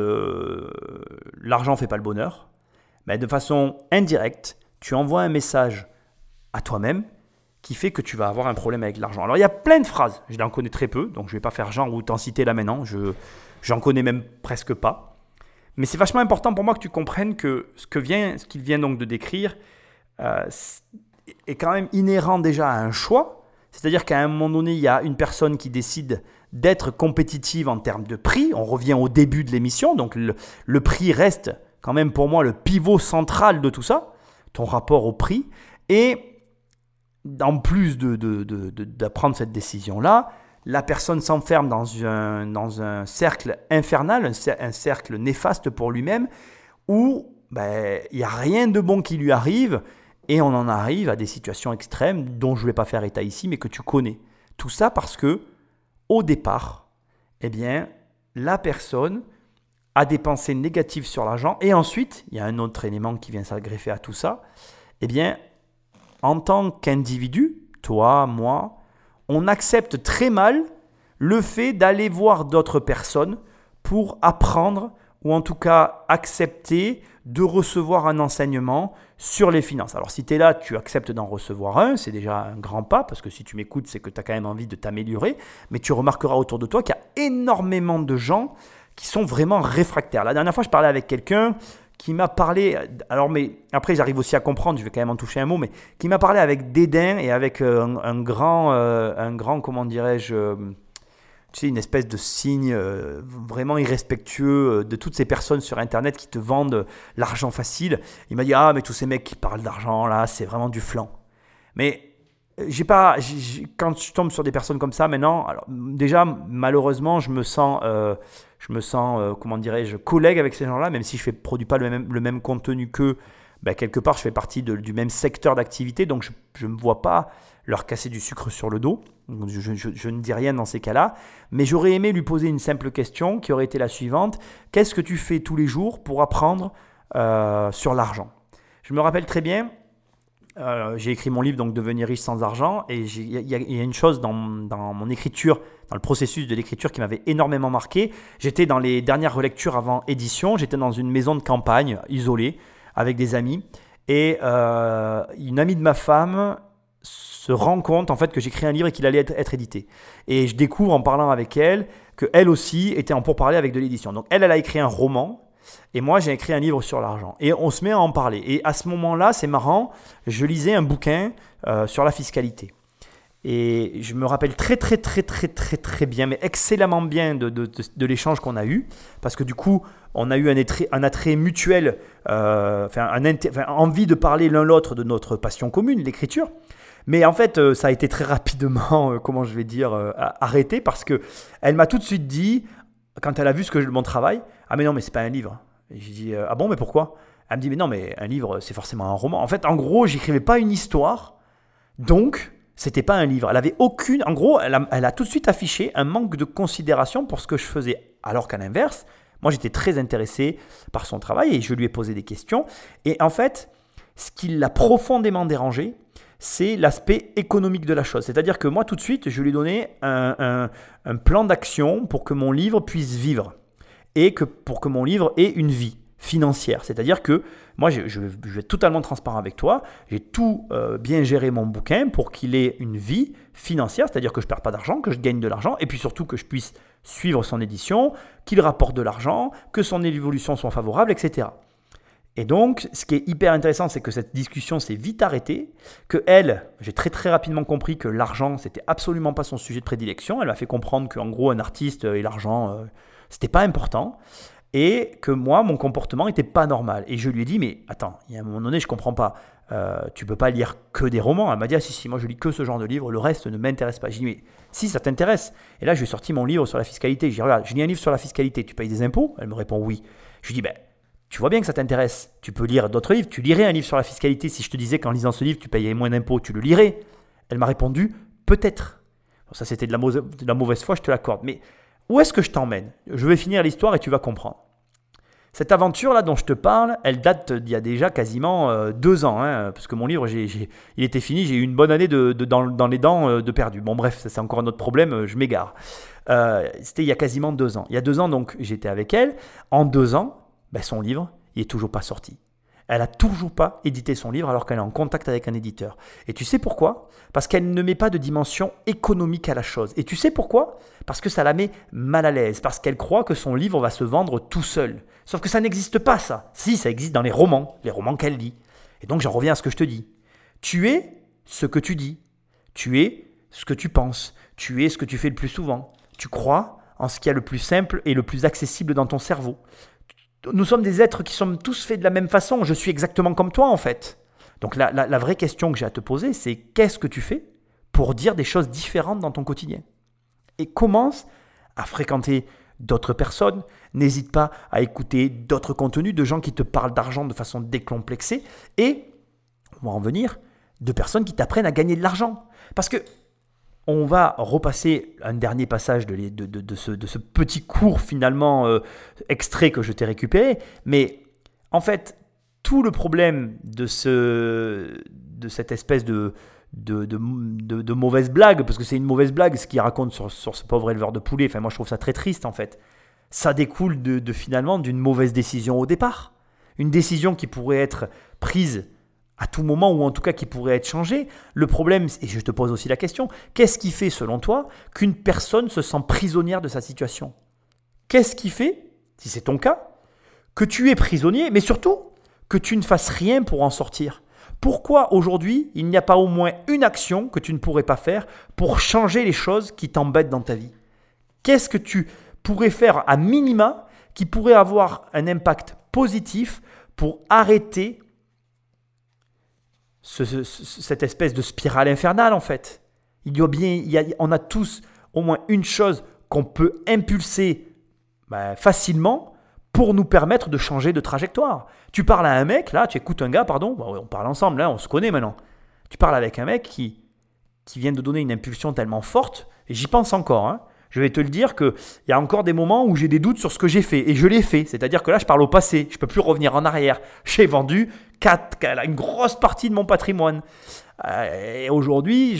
« l'argent ne fait pas le bonheur », de façon indirecte, tu envoies un message à toi-même qui fait que tu vas avoir un problème avec l'argent. Alors, il y a plein de phrases, je n'en connais très peu, donc je ne vais pas faire genre ou t'en citer là maintenant, j'en connais même presque pas. Mais c'est vachement important pour moi que tu comprennes que ce qu'il vient donc de décrire est quand même inhérent déjà à un choix. C'est-à-dire qu'à un moment donné, il y a une personne qui décide d'être compétitive en termes de prix. On revient au début de l'émission, donc le prix reste quand même pour moi le pivot central de tout ça, ton rapport au prix. Et en plus d'apprendre cette décision-là, la personne s'enferme dans un cercle infernal, un cercle néfaste pour lui-même, où il n'y a rien de bon qui lui arrive, et on en arrive à des situations extrêmes dont je ne vais pas faire état ici, mais que tu connais. Tout ça parce que, au départ, la personne a des pensées négatives sur l'argent, et ensuite, il y a un autre élément qui vient s'aggreffer à tout ça, en tant qu'individu, toi, moi, on accepte très mal le fait d'aller voir d'autres personnes pour apprendre ou en tout cas accepter de recevoir un enseignement sur les finances. Alors si tu es là, tu acceptes d'en recevoir un, c'est déjà un grand pas parce que si tu m'écoutes, c'est que tu as quand même envie de t'améliorer, mais tu remarqueras autour de toi qu'il y a énormément de gens qui sont vraiment réfractaires. La dernière fois, je parlais avec quelqu'un qui m'a parlé, mais après j'arrive aussi à comprendre, je vais quand même en toucher un mot, mais qui m'a parlé avec dédain et avec un grand, comment dirais-je, une espèce de signe vraiment irrespectueux de toutes ces personnes sur Internet qui te vendent l'argent facile. Il m'a dit « Ah, mais tous ces mecs qui parlent d'argent, là, c'est vraiment du flan. » Mais quand je tombe sur des personnes comme ça maintenant, alors, déjà, malheureusement, je me sens comment dirais-je, collègue avec ces gens-là, même si je ne produis pas le même contenu qu'eux, quelque part, je fais partie du même secteur d'activité, donc je ne me vois pas leur casser du sucre sur le dos. Donc je ne dis rien dans ces cas-là, mais j'aurais aimé lui poser une simple question qui aurait été la suivante. Qu'est-ce que tu fais tous les jours pour apprendre sur l'argent ? Je me rappelle très bien, j'ai écrit mon livre donc Devenir riche sans argent, et il y a une chose dans mon écriture, dans le processus de l'écriture qui m'avait énormément marqué. J'étais dans les dernières relectures avant édition, j'étais dans une maison de campagne isolée avec des amis, et une amie de ma femme se rend compte en fait que j'écris un livre et qu'il allait être édité. Et je découvre en parlant avec elle qu'elle aussi était en pourparlers avec de l'édition. Donc elle a écrit un roman et moi j'ai écrit un livre sur l'argent. Et on se met à en parler. Et à ce moment-là, c'est marrant, je lisais un bouquin sur la fiscalité. Et je me rappelle très bien, mais excellemment bien de l'échange qu'on a eu, parce que du coup, on a eu un attrait mutuel, envie de parler l'un l'autre de notre passion commune, l'écriture. Mais en fait, ça a été très rapidement, arrêté, parce qu'elle m'a tout de suite dit, quand elle a vu mon travail, « Ah mais non, mais c'est pas un livre ». Et j'ai dit « Ah bon, mais pourquoi ?» Elle me dit « Mais non, mais un livre, c'est forcément un roman ». En fait, en gros, j'écrivais pas une histoire, donc c'était pas un livre. Elle avait aucune... En gros, elle a tout de suite affiché un manque de considération pour ce que je faisais. Alors qu'à l'inverse, moi, j'étais très intéressé par son travail et je lui ai posé des questions. Et en fait, ce qui l'a profondément dérangé, c'est l'aspect économique de la chose. C'est-à-dire que moi, tout de suite, je lui ai donné un plan d'action pour que mon livre puisse vivre et pour que mon livre ait une vie financière. C'est-à-dire que moi, je vais être totalement transparent avec toi. J'ai tout bien géré mon bouquin pour qu'il ait une vie financière, c'est-à-dire que je ne perds pas d'argent, que je gagne de l'argent et puis surtout que je puisse suivre son édition, qu'il rapporte de l'argent, que son évolution soit favorable, etc. Et donc, ce qui est hyper intéressant, c'est que cette discussion s'est vite arrêtée, que elle, j'ai très rapidement compris que l'argent, c'était absolument pas son sujet de prédilection. Elle m'a fait comprendre qu'en gros, un artiste et l'argent, c'était pas important. Et que moi, mon comportement n'était pas normal. Et je lui ai dit, mais attends, il y a un moment donné, je comprends pas. Tu peux pas lire que des romans. Elle m'a dit, ah si, moi je lis que ce genre de livre, le reste ne m'intéresse pas. J'ai dit, mais si, ça t'intéresse. Et là, je lui ai sorti mon livre sur la fiscalité. Je lui ai dit, regarde, je lis un livre sur la fiscalité, tu payes des impôts ? Elle me répond oui. Je lui ai dit, ben, tu vois bien que ça t'intéresse. Tu peux lire d'autres livres. Tu lirais un livre sur la fiscalité. Si je te disais qu'en lisant ce livre, tu payais moins d'impôts, tu le lirais ? Elle m'a répondu, peut-être. Bon, ça, c'était de la mauvaise foi, je te l'accorde. Mais où est-ce que je t'emmène ? Je vais finir l'histoire et tu vas comprendre. Cette aventure-là dont je te parle, elle date d'il y a déjà quasiment 2 ans. Parce que mon livre, il était fini. J'ai eu une bonne année dans les dents de perdu. Bon, bref, ça, c'est encore un autre problème. Je m'égare. C'était il y a quasiment 2 ans. Il y a 2 ans, donc, j'étais avec elle. En 2 ans, son livre, il n'est toujours pas sorti. Elle n'a toujours pas édité son livre alors qu'elle est en contact avec un éditeur. Et tu sais pourquoi ? Parce qu'elle ne met pas de dimension économique à la chose. Et tu sais pourquoi ? Parce que ça la met mal à l'aise. Parce qu'elle croit que son livre va se vendre tout seul. Sauf que ça n'existe pas, ça. Si, ça existe dans les romans qu'elle lit. Et donc j'en reviens à ce que je te dis. Tu es ce que tu dis. Tu es ce que tu penses. Tu es ce que tu fais le plus souvent. Tu crois en ce qu'il y a le plus simple et le plus accessible dans ton cerveau. Nous sommes des êtres qui sommes tous faits de la même façon. Je suis exactement comme toi, en fait. Donc la vraie question que j'ai à te poser, c'est qu'est-ce que tu fais pour dire des choses différentes dans ton quotidien ? Et commence à fréquenter d'autres personnes. N'hésite pas à écouter d'autres contenus de gens qui te parlent d'argent de façon décomplexée. Et, on va en venir, de personnes qui t'apprennent à gagner de l'argent. Parce que on va repasser un dernier passage de ce petit cours finalement extrait que je t'ai récupéré. Mais en fait, tout le problème de cette espèce de mauvaise blague, parce que c'est une mauvaise blague ce qu'il raconte sur ce pauvre éleveur de poulets. Enfin, moi je trouve ça très triste en fait. Ça découle finalement d'une mauvaise décision au départ. Une décision qui pourrait être prise à tout moment, ou en tout cas qui pourrait être changé. Le problème, et je te pose aussi la question, qu'est-ce qui fait selon toi qu'une personne se sent prisonnière de sa situation ? Qu'est-ce qui fait, si c'est ton cas, que tu es prisonnier, mais surtout que tu ne fasses rien pour en sortir ? Pourquoi aujourd'hui, il n'y a pas au moins une action que tu ne pourrais pas faire pour changer les choses qui t'embêtent dans ta vie ? Qu'est-ce que tu pourrais faire à minima qui pourrait avoir un impact positif pour arrêter cette espèce de spirale infernale en fait. On a tous au moins une chose qu'on peut impulser facilement pour nous permettre de changer de trajectoire. Tu parles à un mec, là, tu écoutes un gars, pardon, on parle ensemble, là, on se connaît maintenant. Tu parles avec un mec qui vient de donner une impulsion tellement forte, et j'y pense encore, hein. Je vais te le dire qu'il y a encore des moments où j'ai des doutes sur ce que j'ai fait. Et je l'ai fait. C'est-à-dire que là, je parle au passé. Je ne peux plus revenir en arrière. J'ai vendu une grosse partie de mon patrimoine. Et aujourd'hui,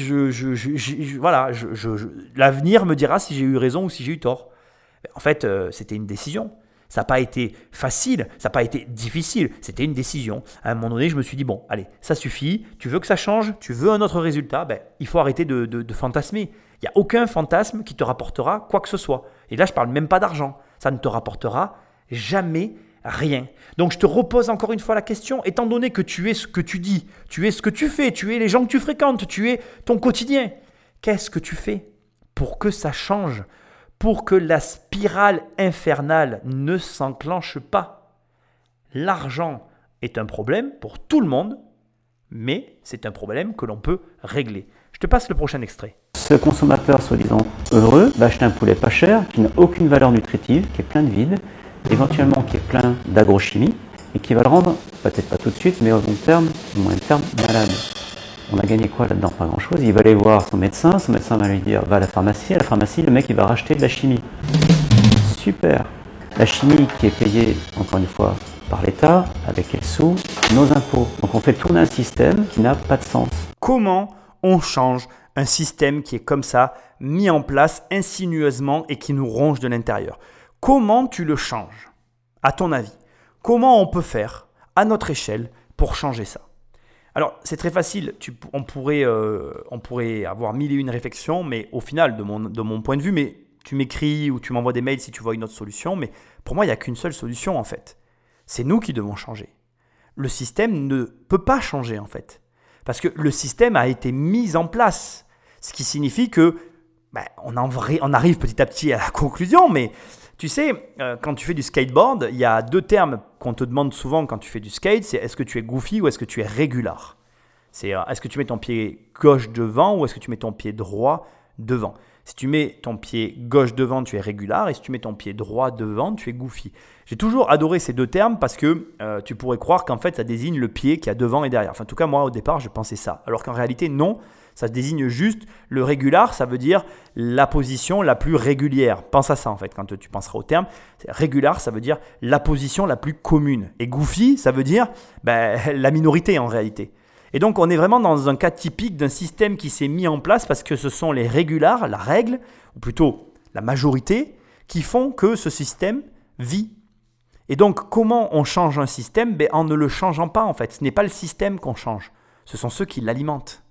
l'avenir me dira si j'ai eu raison ou si j'ai eu tort. En fait, c'était une décision. Ça n'a pas été facile, ça n'a pas été difficile, c'était une décision. À un moment donné, je me suis dit, bon, allez, ça suffit, tu veux que ça change, tu veux un autre résultat, il faut arrêter de fantasmer. Il n'y a aucun fantasme qui te rapportera quoi que ce soit. Et là, je ne parle même pas d'argent. Ça ne te rapportera jamais rien. Donc, je te repose encore une fois la question, étant donné que tu es ce que tu dis, tu es ce que tu fais, tu es les gens que tu fréquentes, tu es ton quotidien, qu'est-ce que tu fais pour que ça change ? Pour que la spirale infernale ne s'enclenche pas. L'argent est un problème pour tout le monde, mais c'est un problème que l'on peut régler. Je te passe le prochain extrait. Ce consommateur soi-disant heureux va acheter un poulet pas cher, qui n'a aucune valeur nutritive, qui est plein de vide, éventuellement qui est plein d'agrochimie, et qui va le rendre, peut-être pas tout de suite, mais au long terme, au moyen terme, malade. On a gagné quoi là-dedans? Pas grand-chose. Il va aller voir son médecin va lui dire va à la pharmacie, le mec il va racheter de la chimie. Super. La chimie qui est payée, encore une fois, par l'État, avec quels sous? Nos impôts. Donc on fait tourner un système qui n'a pas de sens. Comment on change un système qui est comme ça, mis en place insinueusement et qui nous ronge de l'intérieur? Comment tu le changes, à ton avis? Comment on peut faire, à notre échelle, pour changer ça? Alors, c'est très facile, on pourrait avoir mille et une réflexions, mais au final, de mon point de vue, mais tu m'écris ou tu m'envoies des mails si tu vois une autre solution, mais pour moi, il n'y a qu'une seule solution en fait. C'est nous qui devons changer. Le système ne peut pas changer en fait, parce que le système a été mis en place, ce qui signifie que on arrive petit à petit à la conclusion, mais tu sais, quand tu fais du skateboard, il y a deux termes qu'on te demande souvent quand tu fais du skate, c'est est-ce que tu es goofy ou est-ce que tu es régular? C'est est-ce que tu mets ton pied gauche devant ou est-ce que tu mets ton pied droit devant? Si tu mets ton pied gauche devant, tu es régular et si tu mets ton pied droit devant, tu es goofy. J'ai toujours adoré ces deux termes parce que tu pourrais croire qu'en fait, ça désigne le pied qui a devant et derrière. Enfin, en tout cas, moi, au départ, je pensais ça. Alors qu'en réalité, non. Ça désigne juste le régular, ça veut dire la position la plus régulière. Pense à ça en fait quand tu penseras au terme. Régular, ça veut dire la position la plus commune. Et goofy, ça veut dire la minorité en réalité. Et donc on est vraiment dans un cas typique d'un système qui s'est mis en place parce que ce sont les régulars, la règle, ou plutôt la majorité, qui font que ce système vit. Et donc comment on change un système? En ne le changeant pas en fait. Ce n'est pas le système qu'on change, ce sont ceux qui l'alimentent.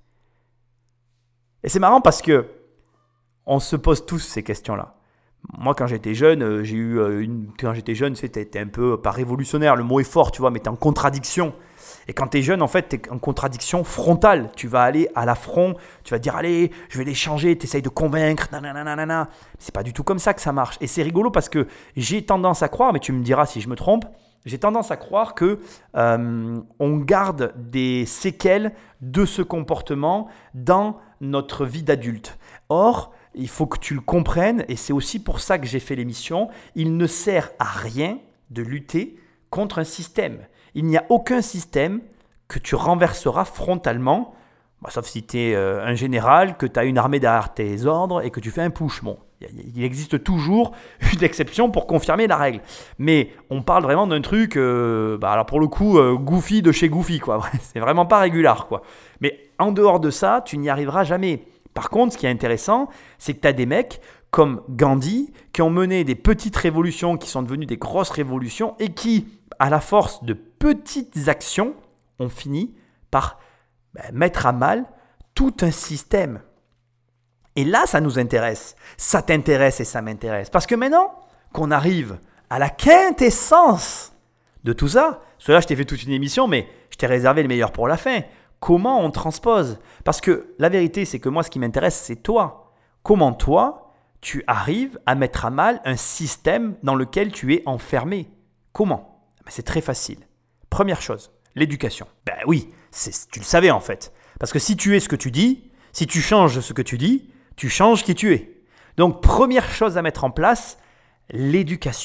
Et c'est marrant parce que on se pose tous ces questions-là. Moi, quand j'étais jeune, c'était un peu, pas révolutionnaire, le mot est fort, tu vois, mais tu es en contradiction. Et quand tu es jeune, en fait, tu es en contradiction frontale. Tu vas aller à l'affront, tu vas te dire, allez, je vais les changer, tu essayes de convaincre, nanana. C'est pas du tout comme ça que ça marche. Et c'est rigolo parce que j'ai tendance à croire, mais tu me diras si je me trompe, j'ai tendance à croire que on garde des séquelles de ce comportement dans notre vie d'adulte. Or, il faut que tu le comprennes, et c'est aussi pour ça que j'ai fait l'émission, il ne sert à rien de lutter contre un système. Il n'y a aucun système que tu renverseras frontalement, sauf si tu es un général, que tu as une armée derrière tes ordres et que tu fais un push. Bon, il existe toujours une exception pour confirmer la règle. Mais on parle vraiment d'un truc, alors pour le coup, goofy de chez Goofy, quoi. C'est vraiment pas régular, quoi. Mais en dehors de ça, tu n'y arriveras jamais. Par contre, ce qui est intéressant, c'est que tu as des mecs comme Gandhi qui ont mené des petites révolutions qui sont devenues des grosses révolutions et qui, à la force de petites actions, ont fini par mettre à mal tout un système. Et là, ça nous intéresse. Ça t'intéresse et ça m'intéresse. Parce que maintenant qu'on arrive à la quintessence de tout ça, je t'ai fait toute une émission, mais je t'ai réservé le meilleur pour la fin. Comment on transpose? Parce que la vérité, c'est que moi, ce qui m'intéresse, c'est toi. Comment toi, tu arrives à mettre à mal un système dans lequel tu es enfermé? Comment? C'est très facile. Première chose, l'éducation. Oui, tu le savais en fait. Parce que si tu es ce que tu dis, si tu changes ce que tu dis, tu changes qui tu es. Donc, première chose à mettre en place, l'éducation.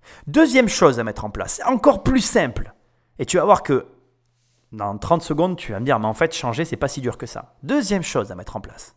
Deuxième chose à mettre en place, c'est encore plus simple. Et tu vas voir que dans 30 secondes, tu vas me dire, mais en fait, changer, c'est pas si dur que ça. Deuxième chose à mettre en place.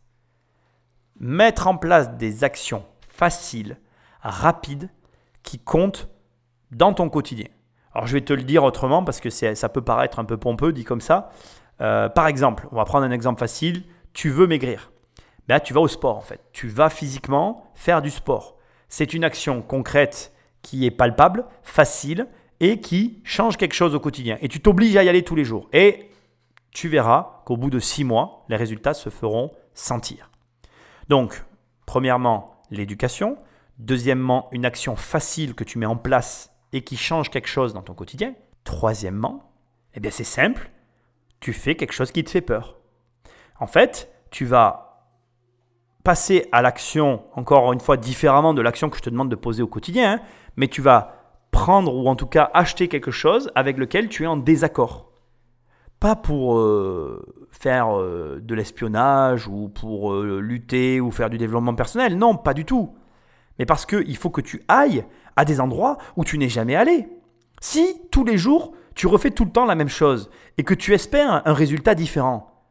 Mettre en place des actions faciles, rapides, qui comptent dans ton quotidien. Alors, je vais te le dire autrement parce que ça peut paraître un peu pompeux dit comme ça. Par exemple, on va prendre un exemple facile. Tu veux maigrir. Là, tu vas au sport en fait. Tu vas physiquement faire du sport. C'est une action concrète qui est palpable, facile et qui change quelque chose au quotidien. Et tu t'obliges à y aller tous les jours. Et tu verras qu'au bout de 6 mois, les résultats se feront sentir. Donc, premièrement, l'éducation. Deuxièmement, une action facile que tu mets en place et qui change quelque chose dans ton quotidien. Troisièmement, eh bien c'est simple, tu fais quelque chose qui te fait peur. En fait, tu vas passer à l'action, encore une fois différemment de l'action que je te demande de poser au quotidien, mais tu vas prendre ou en tout cas acheter quelque chose avec lequel tu es en désaccord. Pas pour faire de l'espionnage ou pour lutter ou faire du développement personnel, non, pas du tout. Mais parce qu'il faut que tu ailles à des endroits où tu n'es jamais allé. Si tous les jours, tu refais tout le temps la même chose et que tu espères un résultat différent,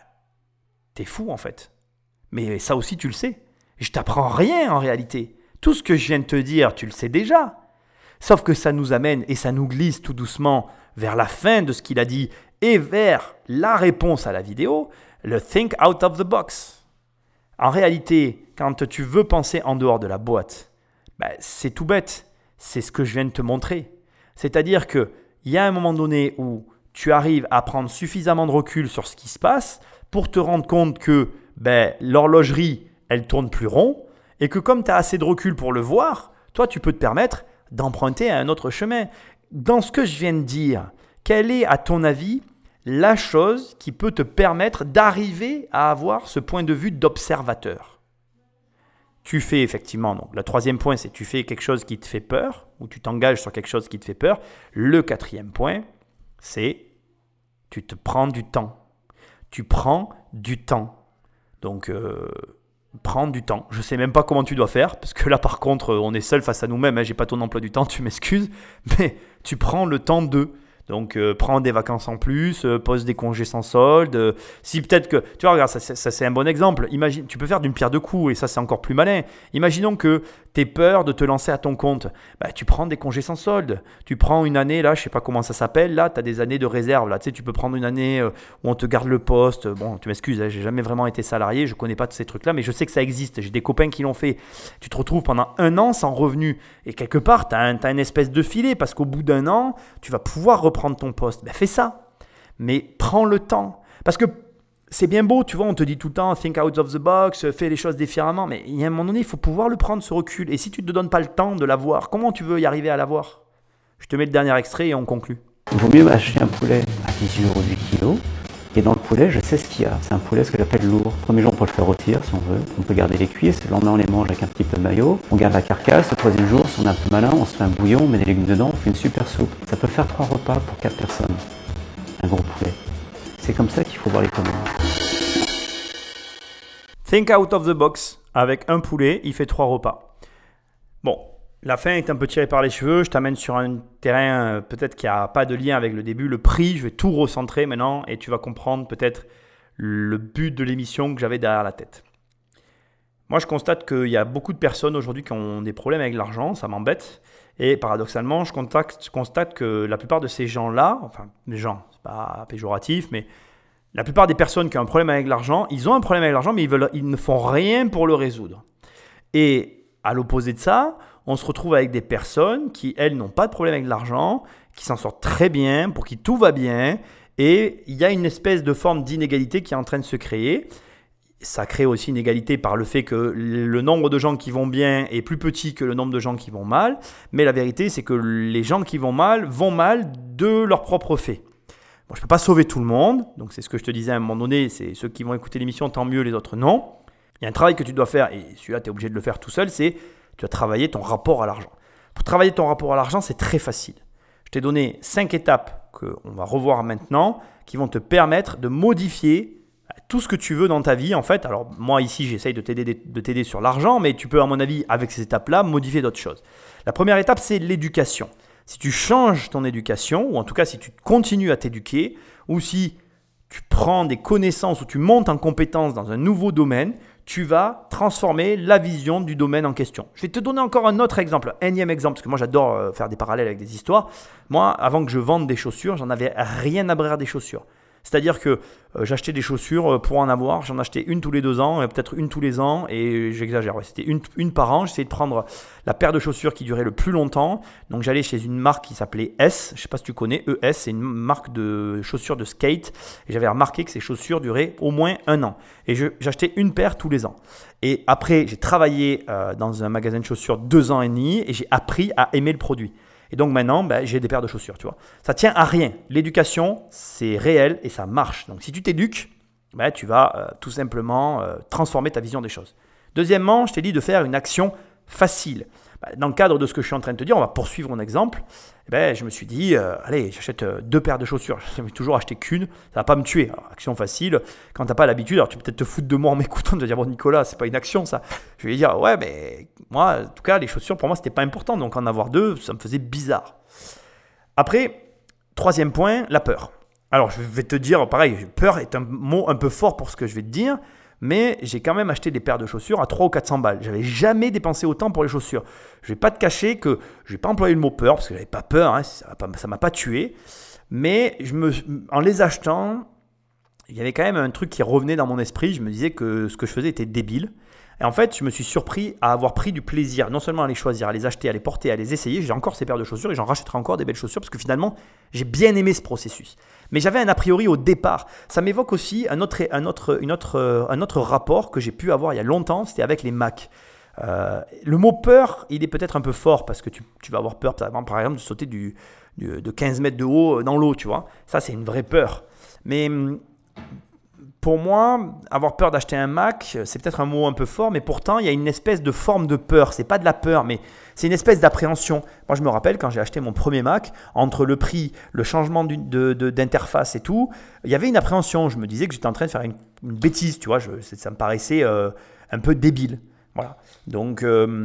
t'es fou en fait. Mais ça aussi, tu le sais. Je t'apprends rien en réalité. Tout ce que je viens de te dire, tu le sais déjà. Sauf que ça nous amène et ça nous glisse tout doucement vers la fin de ce qu'il a dit et vers la réponse à la vidéo, le think out of the box. En réalité, quand tu veux penser en dehors de la boîte, c'est tout bête. C'est ce que je viens de te montrer. C'est-à-dire qu'il y a un moment donné où tu arrives à prendre suffisamment de recul sur ce qui se passe pour te rendre compte que l'horlogerie, elle tourne plus rond et que comme tu as assez de recul pour le voir, toi, tu peux te permettre d'emprunter un autre chemin. Dans ce que je viens de dire, quelle est, à ton avis, la chose qui peut te permettre d'arriver à avoir ce point de vue d'observateur? Tu fais effectivement, donc le troisième point, c'est tu fais quelque chose qui te fait peur ou tu t'engages sur quelque chose qui te fait peur. Le quatrième point, c'est tu te prends du temps. Tu prends du temps. Donc, prendre du temps. Je ne sais même pas comment tu dois faire parce que là, par contre, on est seul face à nous-mêmes. Je n'ai pas ton emploi du temps, tu m'excuses. Mais tu prends le temps de... Donc, prends des vacances en plus, pose des congés sans solde. Si peut-être que, tu vois, regarde, ça c'est un bon exemple. Imagine, tu peux faire d'une pierre deux coups et ça, c'est encore plus malin. Imaginons que tu aies peur de te lancer à ton compte. Tu prends des congés sans solde. Tu prends une année, là, je ne sais pas comment ça s'appelle, là, tu as des années de réserve. Là, tu sais, tu peux prendre une année où on te garde le poste. Bon, tu m'excuses, j'ai jamais vraiment été salarié, je ne connais pas tous ces trucs-là, mais je sais que ça existe. J'ai des copains qui l'ont fait. Tu te retrouves pendant 1 an sans revenu. Et quelque part, tu as une espèce de filet parce qu'au bout d'1 an, tu vas pouvoir reprendre ton poste. Fais ça. Mais prends le temps. Parce que c'est bien beau, tu vois, on te dit tout le temps think out of the box, fais les choses différemment. Mais il y a un moment donné, il faut pouvoir le prendre, ce recul. Et si tu ne te donnes pas le temps de l'avoir, comment tu veux y arriver à l'avoir? Je te mets le dernier extrait et on conclut. Il vaut mieux acheter un poulet à 18 € du kilo. Et dans le poulet, je sais ce qu'il y a. C'est un poulet, ce que j'appelle lourd. Le premier jour, on peut le faire rôtir si on veut. On peut garder les cuisses. Le lendemain, on les mange avec un petit peu de mayo. On garde la carcasse. Le troisième jour, si on est un peu malin, on se fait un bouillon, on met des légumes dedans, on fait une super soupe. Ça peut faire 3 repas pour 4 personnes. Un gros poulet. C'est comme ça qu'il faut voir l'économie. Think out of the box. Avec un poulet, il fait 3 repas. Bon. La fin est un peu tirée par les cheveux. Je t'amène sur un terrain peut-être qui n'a pas de lien avec le début. Le prix, je vais tout recentrer maintenant et tu vas comprendre peut-être le but de l'émission que j'avais derrière la tête. Moi, je constate qu'il y a beaucoup de personnes aujourd'hui qui ont des problèmes avec l'argent. Ça m'embête. Et paradoxalement, je constate que la plupart de ces gens-là, enfin, les gens, c'est pas péjoratif, mais la plupart des personnes qui ont un problème avec l'argent, ils ont un problème avec l'argent, mais ils ne font rien pour le résoudre. Et à l'opposé de ça, on se retrouve avec des personnes qui, elles, n'ont pas de problème avec l'argent, qui s'en sortent très bien, pour qui tout va bien. Et il y a une espèce de forme d'inégalité qui est en train de se créer. Ça crée aussi une égalité par le fait que le nombre de gens qui vont bien est plus petit que le nombre de gens qui vont mal. Mais la vérité, c'est que les gens qui vont mal de leur propre fait. Bon, je ne peux pas sauver tout le monde. Donc, c'est ce que je te disais à un moment donné. C'est ceux qui vont écouter l'émission, tant mieux, les autres, non. Il y a un travail que tu dois faire, et celui-là, tu es obligé de le faire tout seul, c'est tu dois travailler ton rapport à l'argent. Pour travailler ton rapport à l'argent, c'est très facile. Je t'ai donné 5 étapes qu'on va revoir maintenant qui vont te permettre de modifier tout ce que tu veux dans ta vie, en fait. Alors, moi, ici, j'essaye de t'aider sur l'argent, mais tu peux, à mon avis, avec ces étapes-là, modifier d'autres choses. La première étape, c'est l'éducation. Si tu changes ton éducation, ou en tout cas, si tu continues à t'éduquer, ou si tu prends des connaissances ou tu montes en compétences dans un nouveau domaine, tu vas transformer la vision du domaine en question. Je vais te donner encore un autre exemple, un énième exemple, parce que moi j'adore faire des parallèles avec des histoires. Moi, avant que je vende des chaussures, j'en avais rien à brer des chaussures. C'est-à-dire que j'achetais des chaussures pour en avoir, j'en achetais une tous les 2 ans, peut-être une tous les ans, et j'exagère, c'était une par an. J'essayais de prendre la paire de chaussures qui durait le plus longtemps. Donc j'allais chez une marque qui s'appelait S, je ne sais pas si tu connais, ES, c'est une marque de chaussures de skate, et j'avais remarqué que ces chaussures duraient au moins 1 an. Et j'achetais une paire tous les ans. Et après, j'ai travaillé dans un magasin de chaussures 2 ans et demi, et j'ai appris à aimer le produit. Et donc maintenant, j'ai des paires de chaussures, tu vois. Ça tient à rien. L'éducation, c'est réel et ça marche. Donc si tu t'éduques, tu vas tout simplement transformer ta vision des choses. Deuxièmement, je t'ai dit de faire une action facile. Dans le cadre de ce que je suis en train de te dire, on va poursuivre mon exemple. Je me suis dit, allez, j'achète 2 paires de chaussures. Je vais toujours acheter qu'une, ça ne va pas me tuer. Alors, action facile, quand tu n'as pas l'habitude, alors tu peux peut-être te foutre de moi en m'écoutant, de te dire, bon Nicolas, c'est pas une action ça. Je vais dire, ouais, mais moi, en tout cas, les chaussures, pour moi, c'était pas important. Donc en avoir 2, ça me faisait bizarre. Après, 3e point, la peur. Alors je vais te dire, pareil, peur est un mot un peu fort pour ce que je vais te dire. Mais j'ai quand même acheté des paires de chaussures à 300 ou 400 balles. Je n'avais jamais dépensé autant pour les chaussures. Je ne vais pas te cacher que je n'ai pas employé le mot peur, parce que je n'avais pas peur, hein, ça ne m'a pas tué. Mais en les achetant, il y avait quand même un truc qui revenait dans mon esprit. Je me disais que ce que je faisais était débile. Et en fait, je me suis surpris à avoir pris du plaisir, non seulement à les choisir, à les acheter, à les porter, à les essayer. J'ai encore ces paires de chaussures et j'en rachèterai encore des belles chaussures parce que finalement, j'ai bien aimé ce processus. Mais j'avais un a priori au départ. Ça m'évoque aussi un autre rapport que j'ai pu avoir il y a longtemps, c'était avec les Macs. Le mot peur, il est peut-être un peu fort parce que tu vas avoir peur, par exemple, de sauter de 15 mètres de haut dans l'eau, tu vois. Ça, c'est une vraie peur. Mais pour moi, avoir peur d'acheter un Mac, c'est peut-être un mot un peu fort, mais pourtant, il y a une espèce de forme de peur. Ce n'est pas de la peur, mais c'est une espèce d'appréhension. Moi, je me rappelle quand j'ai acheté mon premier Mac, entre le prix, le changement d'interface et tout, il y avait une appréhension. Je me disais que j'étais en train de faire une bêtise, tu vois. Ça me paraissait un peu débile. Voilà. Donc,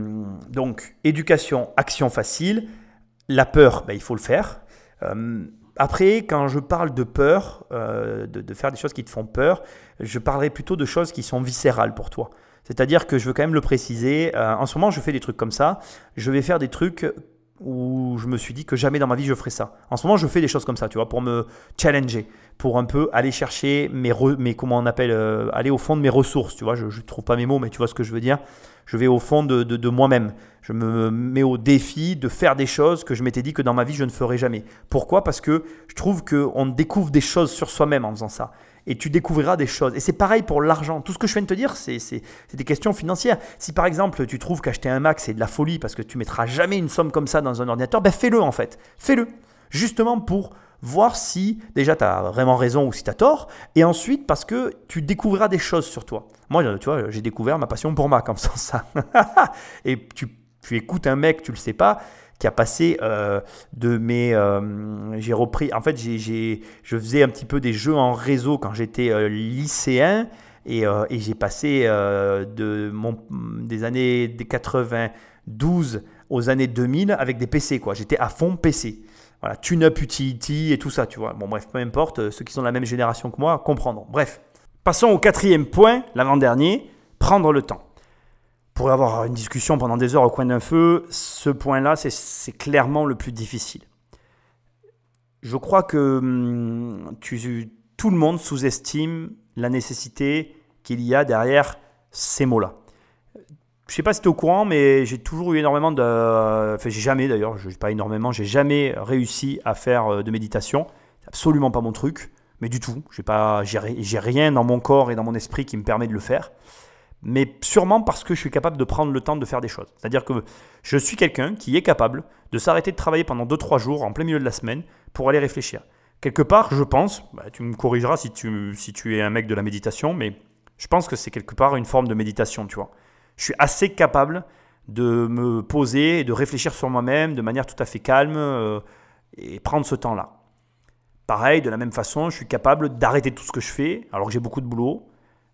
éducation, action facile. La peur, il faut le faire. Après, quand je parle de peur, de faire des choses qui te font peur, je parlerai plutôt de choses qui sont viscérales pour toi. C'est-à-dire que je veux quand même le préciser. En ce moment, je fais des trucs comme ça. Je vais faire des trucs où je me suis dit que jamais dans ma vie je ferais ça. En ce moment, je fais des choses comme ça, tu vois, pour me challenger, pour un peu aller chercher aller au fond de mes ressources, tu vois. Je ne trouve pas mes mots, mais tu vois ce que je veux dire. Je vais au fond de moi-même. Je me mets au défi de faire des choses que je m'étais dit que dans ma vie, je ne ferais jamais. Pourquoi ? Parce que je trouve qu'on découvre des choses sur soi-même en faisant ça. Et tu découvriras des choses. Et c'est pareil pour l'argent. Tout ce que je viens de te dire, c'est des questions financières. Si par exemple, tu trouves qu'acheter un Mac, c'est de la folie parce que tu ne mettras jamais une somme comme ça dans un ordinateur, fais-le en fait. Fais-le. Justement pour voir si déjà tu as vraiment raison ou si tu as tort. Et ensuite, parce que tu découvriras des choses sur toi. Moi, tu vois, j'ai découvert ma passion pour Mac en faisant ça. Et tu écoutes un mec, tu ne le sais pas, qui a passé j'ai repris, en fait, je faisais un petit peu des jeux en réseau quand j'étais lycéen et j'ai passé des années 92 aux années 2000 avec des PC, quoi. J'étais à fond PC. Voilà, tune-up utility et tout ça, tu vois. Bon, bref, peu importe, ceux qui sont de la même génération que moi comprendront. Bref, passons au 4e point, l'avant-dernier, prendre le temps. Pour avoir une discussion pendant des heures au coin d'un feu, ce point-là, c'est clairement le plus difficile. Je crois que tout le monde sous-estime la nécessité qu'il y a derrière ces mots-là. Je ne sais pas si tu es au courant, mais j'ai toujours eu énormément j'ai jamais d'ailleurs, j'ai jamais réussi à faire de méditation. C'est absolument pas mon truc, mais du tout. J'ai rien dans mon corps et dans mon esprit qui me permet de le faire. Mais sûrement parce que je suis capable de prendre le temps de faire des choses. C'est-à-dire que je suis quelqu'un qui est capable de s'arrêter de travailler pendant 2-3 jours en plein milieu de la semaine pour aller réfléchir. Quelque part, je pense, tu me corrigeras si tu es un mec de la méditation, mais je pense que c'est quelque part une forme de méditation, tu vois. Je suis assez capable de me poser et de réfléchir sur moi-même de manière tout à fait calme et prendre ce temps-là. Pareil, de la même façon, je suis capable d'arrêter tout ce que je fais alors que j'ai beaucoup de boulot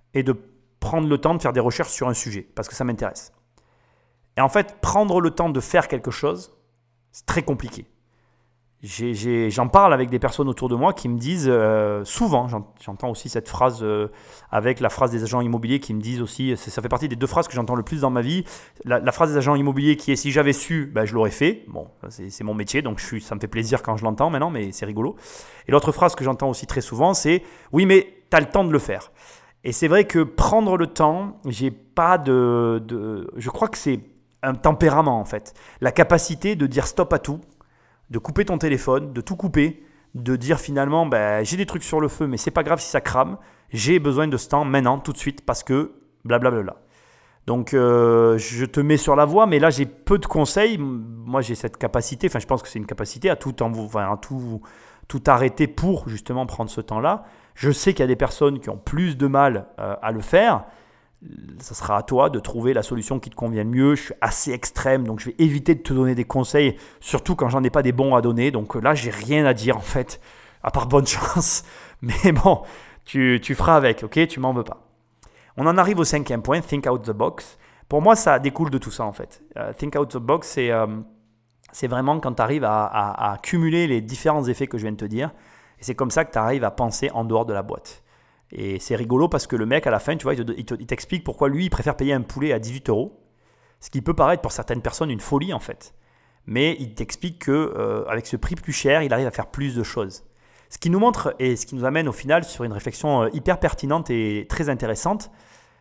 et de prendre le temps de faire des recherches sur un sujet, parce que ça m'intéresse. Et en fait, prendre le temps de faire quelque chose, c'est très compliqué. J'en parle avec des personnes autour de moi qui me disent souvent, j'entends aussi cette phrase avec la phrase des agents immobiliers qui me disent aussi, ça fait partie des 2 phrases que j'entends le plus dans ma vie, la phrase des agents immobiliers qui est si j'avais su, je l'aurais fait. Bon, c'est mon métier, donc ça me fait plaisir quand je l'entends maintenant, mais c'est rigolo. Et l'autre phrase que j'entends aussi très souvent, c'est oui, mais tu as le temps de le faire. Et c'est vrai que prendre le temps, j'ai pas je crois que c'est un tempérament en fait, la capacité de dire stop à tout, de couper ton téléphone, de tout couper, de dire finalement j'ai des trucs sur le feu mais c'est pas grave si ça crame, j'ai besoin de ce temps maintenant, tout de suite parce que blablabla. Donc je te mets sur la voie, mais là j'ai peu de conseils. Moi j'ai cette capacité, je pense que c'est une capacité à tout arrêter pour justement prendre ce temps-là. Je sais qu'il y a des personnes qui ont plus de mal à le faire. Ça sera à toi de trouver la solution qui te convient le mieux. Je suis assez extrême, donc je vais éviter de te donner des conseils, surtout quand j'en ai pas des bons à donner. Donc là, j'ai rien à dire en fait, à part bonne chance. Mais bon, tu feras avec, ok? Tu m'en veux pas. On en arrive au 5e point, think out the box. Pour moi, ça découle de tout ça en fait. Think out the box, c'est vraiment quand tu arrives à cumuler les différents effets que je viens de te dire. Et c'est comme ça que tu arrives à penser en dehors de la boîte. Et c'est rigolo parce que le mec, à la fin, tu vois, il t'explique pourquoi lui, il préfère payer un poulet à 18 €. Ce qui peut paraître pour certaines personnes une folie, en fait. Mais il t'explique qu'avec ce prix plus cher, il arrive à faire plus de choses. Ce qui nous montre et ce qui nous amène au final sur une réflexion hyper pertinente et très intéressante.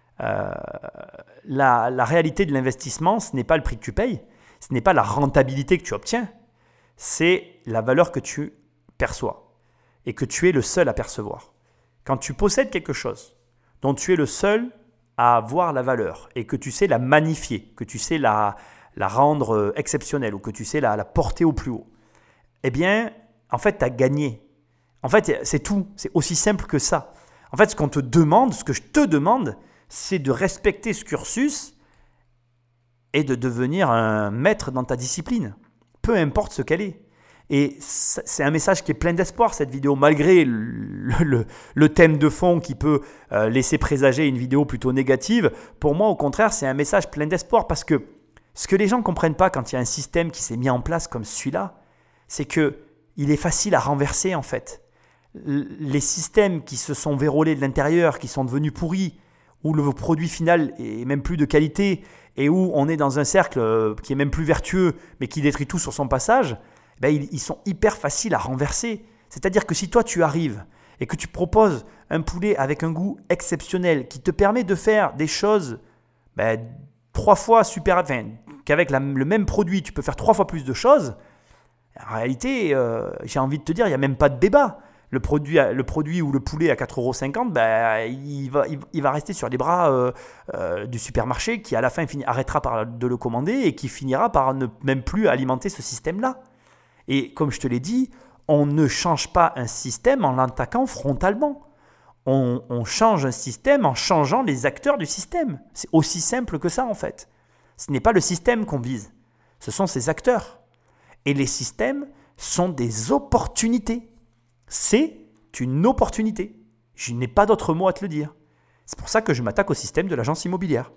La réalité de l'investissement, ce n'est pas le prix que tu payes, ce n'est pas la rentabilité que tu obtiens, c'est la valeur que tu perçois et que tu es le seul à percevoir. Quand tu possèdes quelque chose dont tu es le seul à voir la valeur et que tu sais la magnifier, que tu sais la rendre exceptionnelle ou que tu sais la porter au plus haut, eh bien, en fait, tu as gagné. En fait, c'est tout. C'est aussi simple que ça. En fait, ce que je te demande, c'est de respecter ce cursus et de devenir un maître dans ta discipline, peu importe ce qu'elle est. Et c'est un message qui est plein d'espoir, cette vidéo, malgré le thème de fond qui peut laisser présager une vidéo plutôt négative. Pour moi, au contraire, c'est un message plein d'espoir parce que ce que les gens ne comprennent pas quand il y a un système qui s'est mis en place comme celui-là, c'est qu'il est facile à renverser en fait. Les systèmes qui se sont vérolés de l'intérieur, qui sont devenus pourris, où le produit final est même plus de qualité et où on est dans un cercle qui est même plus vertueux mais qui détruit tout sur son passage, ils sont hyper faciles à renverser. C'est-à-dire que si toi tu arrives et que tu proposes un poulet avec un goût exceptionnel qui te permet de faire des choses 3 fois qu'avec le même produit tu peux faire 3 fois plus de choses, en réalité j'ai envie de te dire il n'y a même pas de débat. Le produit ou le poulet à 4,50 €, il va rester sur les bras du supermarché qui à la fin arrêtera de le commander et qui finira par ne même plus alimenter ce système-là. Et comme je te l'ai dit, on ne change pas un système en l'attaquant frontalement. On change un système en changeant les acteurs du système. C'est aussi simple que ça en fait. Ce n'est pas le système qu'on vise, ce sont ses acteurs. Et les systèmes sont des opportunités. C'est une opportunité. Je n'ai pas d'autre mot à te le dire. C'est pour ça que je m'attaque au système de l'agence immobilière.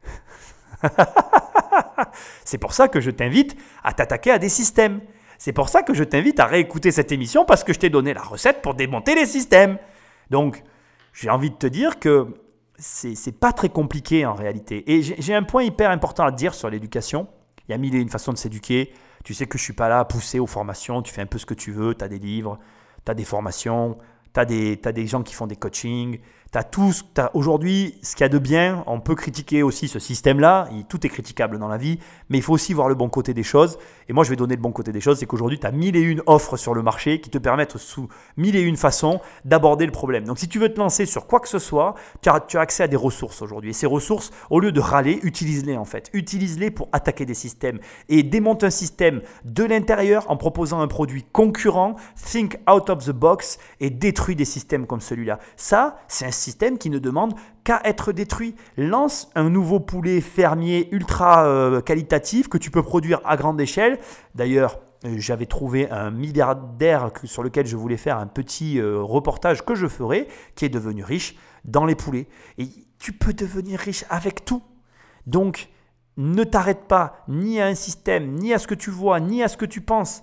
C'est pour ça que je t'invite à t'attaquer à des systèmes. C'est pour ça que je t'invite à réécouter cette émission parce que je t'ai donné la recette pour démonter les systèmes. Donc, j'ai envie de te dire que c'est pas très compliqué en réalité. Et j'ai un point hyper important à te dire sur l'éducation. Il y a 1001 façons de s'éduquer. Tu sais que je ne suis pas là à pousser aux formations. Tu fais un peu ce que tu veux. Tu as des livres, tu as des formations, tu as des gens qui font des coachings. Aujourd'hui, ce qu'il y a de bien, on peut critiquer aussi ce système-là. Tout est critiquable dans la vie, mais il faut aussi voir le bon côté des choses. Et moi, je vais donner le bon côté des choses. C'est qu'aujourd'hui, tu as 1001 offres sur le marché qui te permettent sous 1001 façons d'aborder le problème. Donc, si tu veux te lancer sur quoi que ce soit, tu as accès à des ressources aujourd'hui. Et ces ressources, au lieu de râler, utilise-les en fait. Utilise-les pour attaquer des systèmes. Et démonte un système de l'intérieur en proposant un produit concurrent. Think out of the box et détruis des systèmes comme celui-là. Ça, c'est un système qui ne demande qu'à être détruit. Lance un nouveau poulet fermier ultra qualitatif que tu peux produire à grande échelle. D'ailleurs, j'avais trouvé un milliardaire sur lequel je voulais faire un petit reportage que je ferai, qui est devenu riche dans les poulets. Et tu peux devenir riche avec tout. Donc, ne t'arrête pas ni à un système, ni à ce que tu vois, ni à ce que tu penses,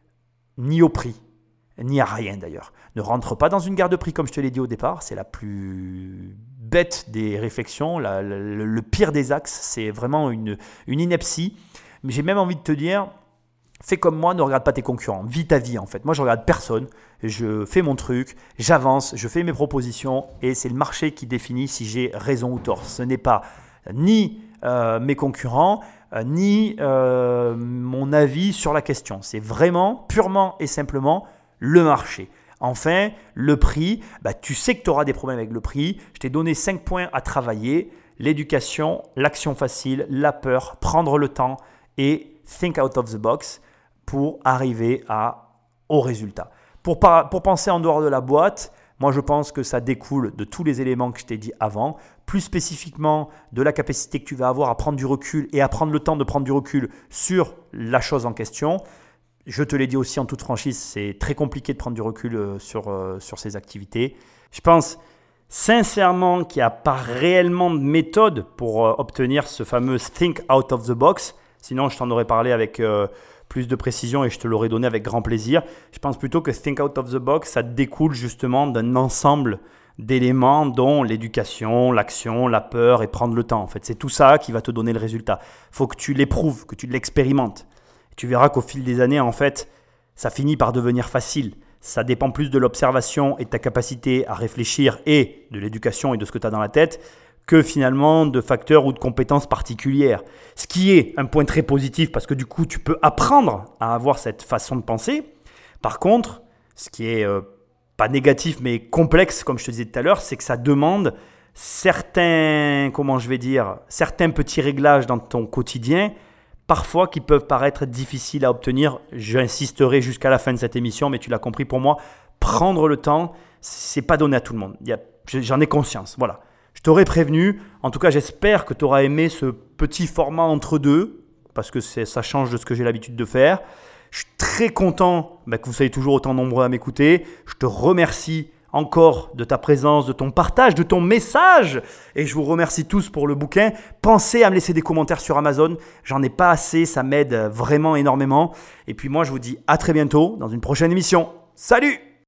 ni au prix, ni à rien d'ailleurs. Ne rentre pas dans une guerre de prix comme je te l'ai dit au départ. C'est la plus bête des réflexions, le pire des axes. C'est vraiment une ineptie. Mais j'ai même envie de te dire, fais comme moi, ne regarde pas tes concurrents. Vis ta vie en fait. Moi, je ne regarde personne. Je fais mon truc, j'avance, je fais mes propositions et c'est le marché qui définit si j'ai raison ou tort. Ce n'est pas ni mes concurrents, ni mon avis sur la question. C'est vraiment, purement et simplement le marché. Enfin, le prix, tu sais que tu auras des problèmes avec le prix. Je t'ai donné 5 points à travailler. L'éducation, l'action facile, la peur, prendre le temps et think out of the box pour arriver au résultat. Pour penser en dehors de la boîte, moi je pense que ça découle de tous les éléments que je t'ai dit avant, plus spécifiquement de la capacité que tu vas avoir à prendre du recul et à prendre le temps de prendre du recul sur la chose en question. Je te l'ai dit aussi en toute franchise, c'est très compliqué de prendre du recul sur ces activités. Je pense sincèrement qu'il n'y a pas réellement de méthode pour obtenir ce fameux think out of the box. Sinon, je t'en aurais parlé avec plus de précision et je te l'aurais donné avec grand plaisir. Je pense plutôt que think out of the box, ça découle justement d'un ensemble d'éléments dont l'éducation, l'action, la peur et prendre le temps. En fait, c'est tout ça qui va te donner le résultat. Il faut que tu l'éprouves, que tu l'expérimentes. Tu verras qu'au fil des années, en fait, ça finit par devenir facile. Ça dépend plus de l'observation et de ta capacité à réfléchir et de l'éducation et de ce que tu as dans la tête que finalement de facteurs ou de compétences particulières. Ce qui est un point très positif parce que du coup, tu peux apprendre à avoir cette façon de penser. Par contre, ce qui est pas négatif mais complexe, comme je te disais tout à l'heure, c'est que ça demande certains petits réglages dans ton quotidien, parfois qui peuvent paraître difficiles à obtenir. J'insisterai jusqu'à la fin de cette émission, mais tu l'as compris, pour moi, prendre le temps, c'est pas donné à tout le monde. J'en ai conscience, voilà. Je t'aurais prévenu, en tout cas j'espère que tu auras aimé ce petit format entre deux, parce que ça change de ce que j'ai l'habitude de faire. Je suis très content que vous soyez toujours autant nombreux à m'écouter. Je te remercie encore de ta présence, de ton partage, de ton message. Et je vous remercie tous pour le bouquin. Pensez à me laisser des commentaires sur Amazon. J'en ai pas assez, ça m'aide vraiment énormément. Et puis moi je vous dis à très bientôt dans une prochaine émission. Salut!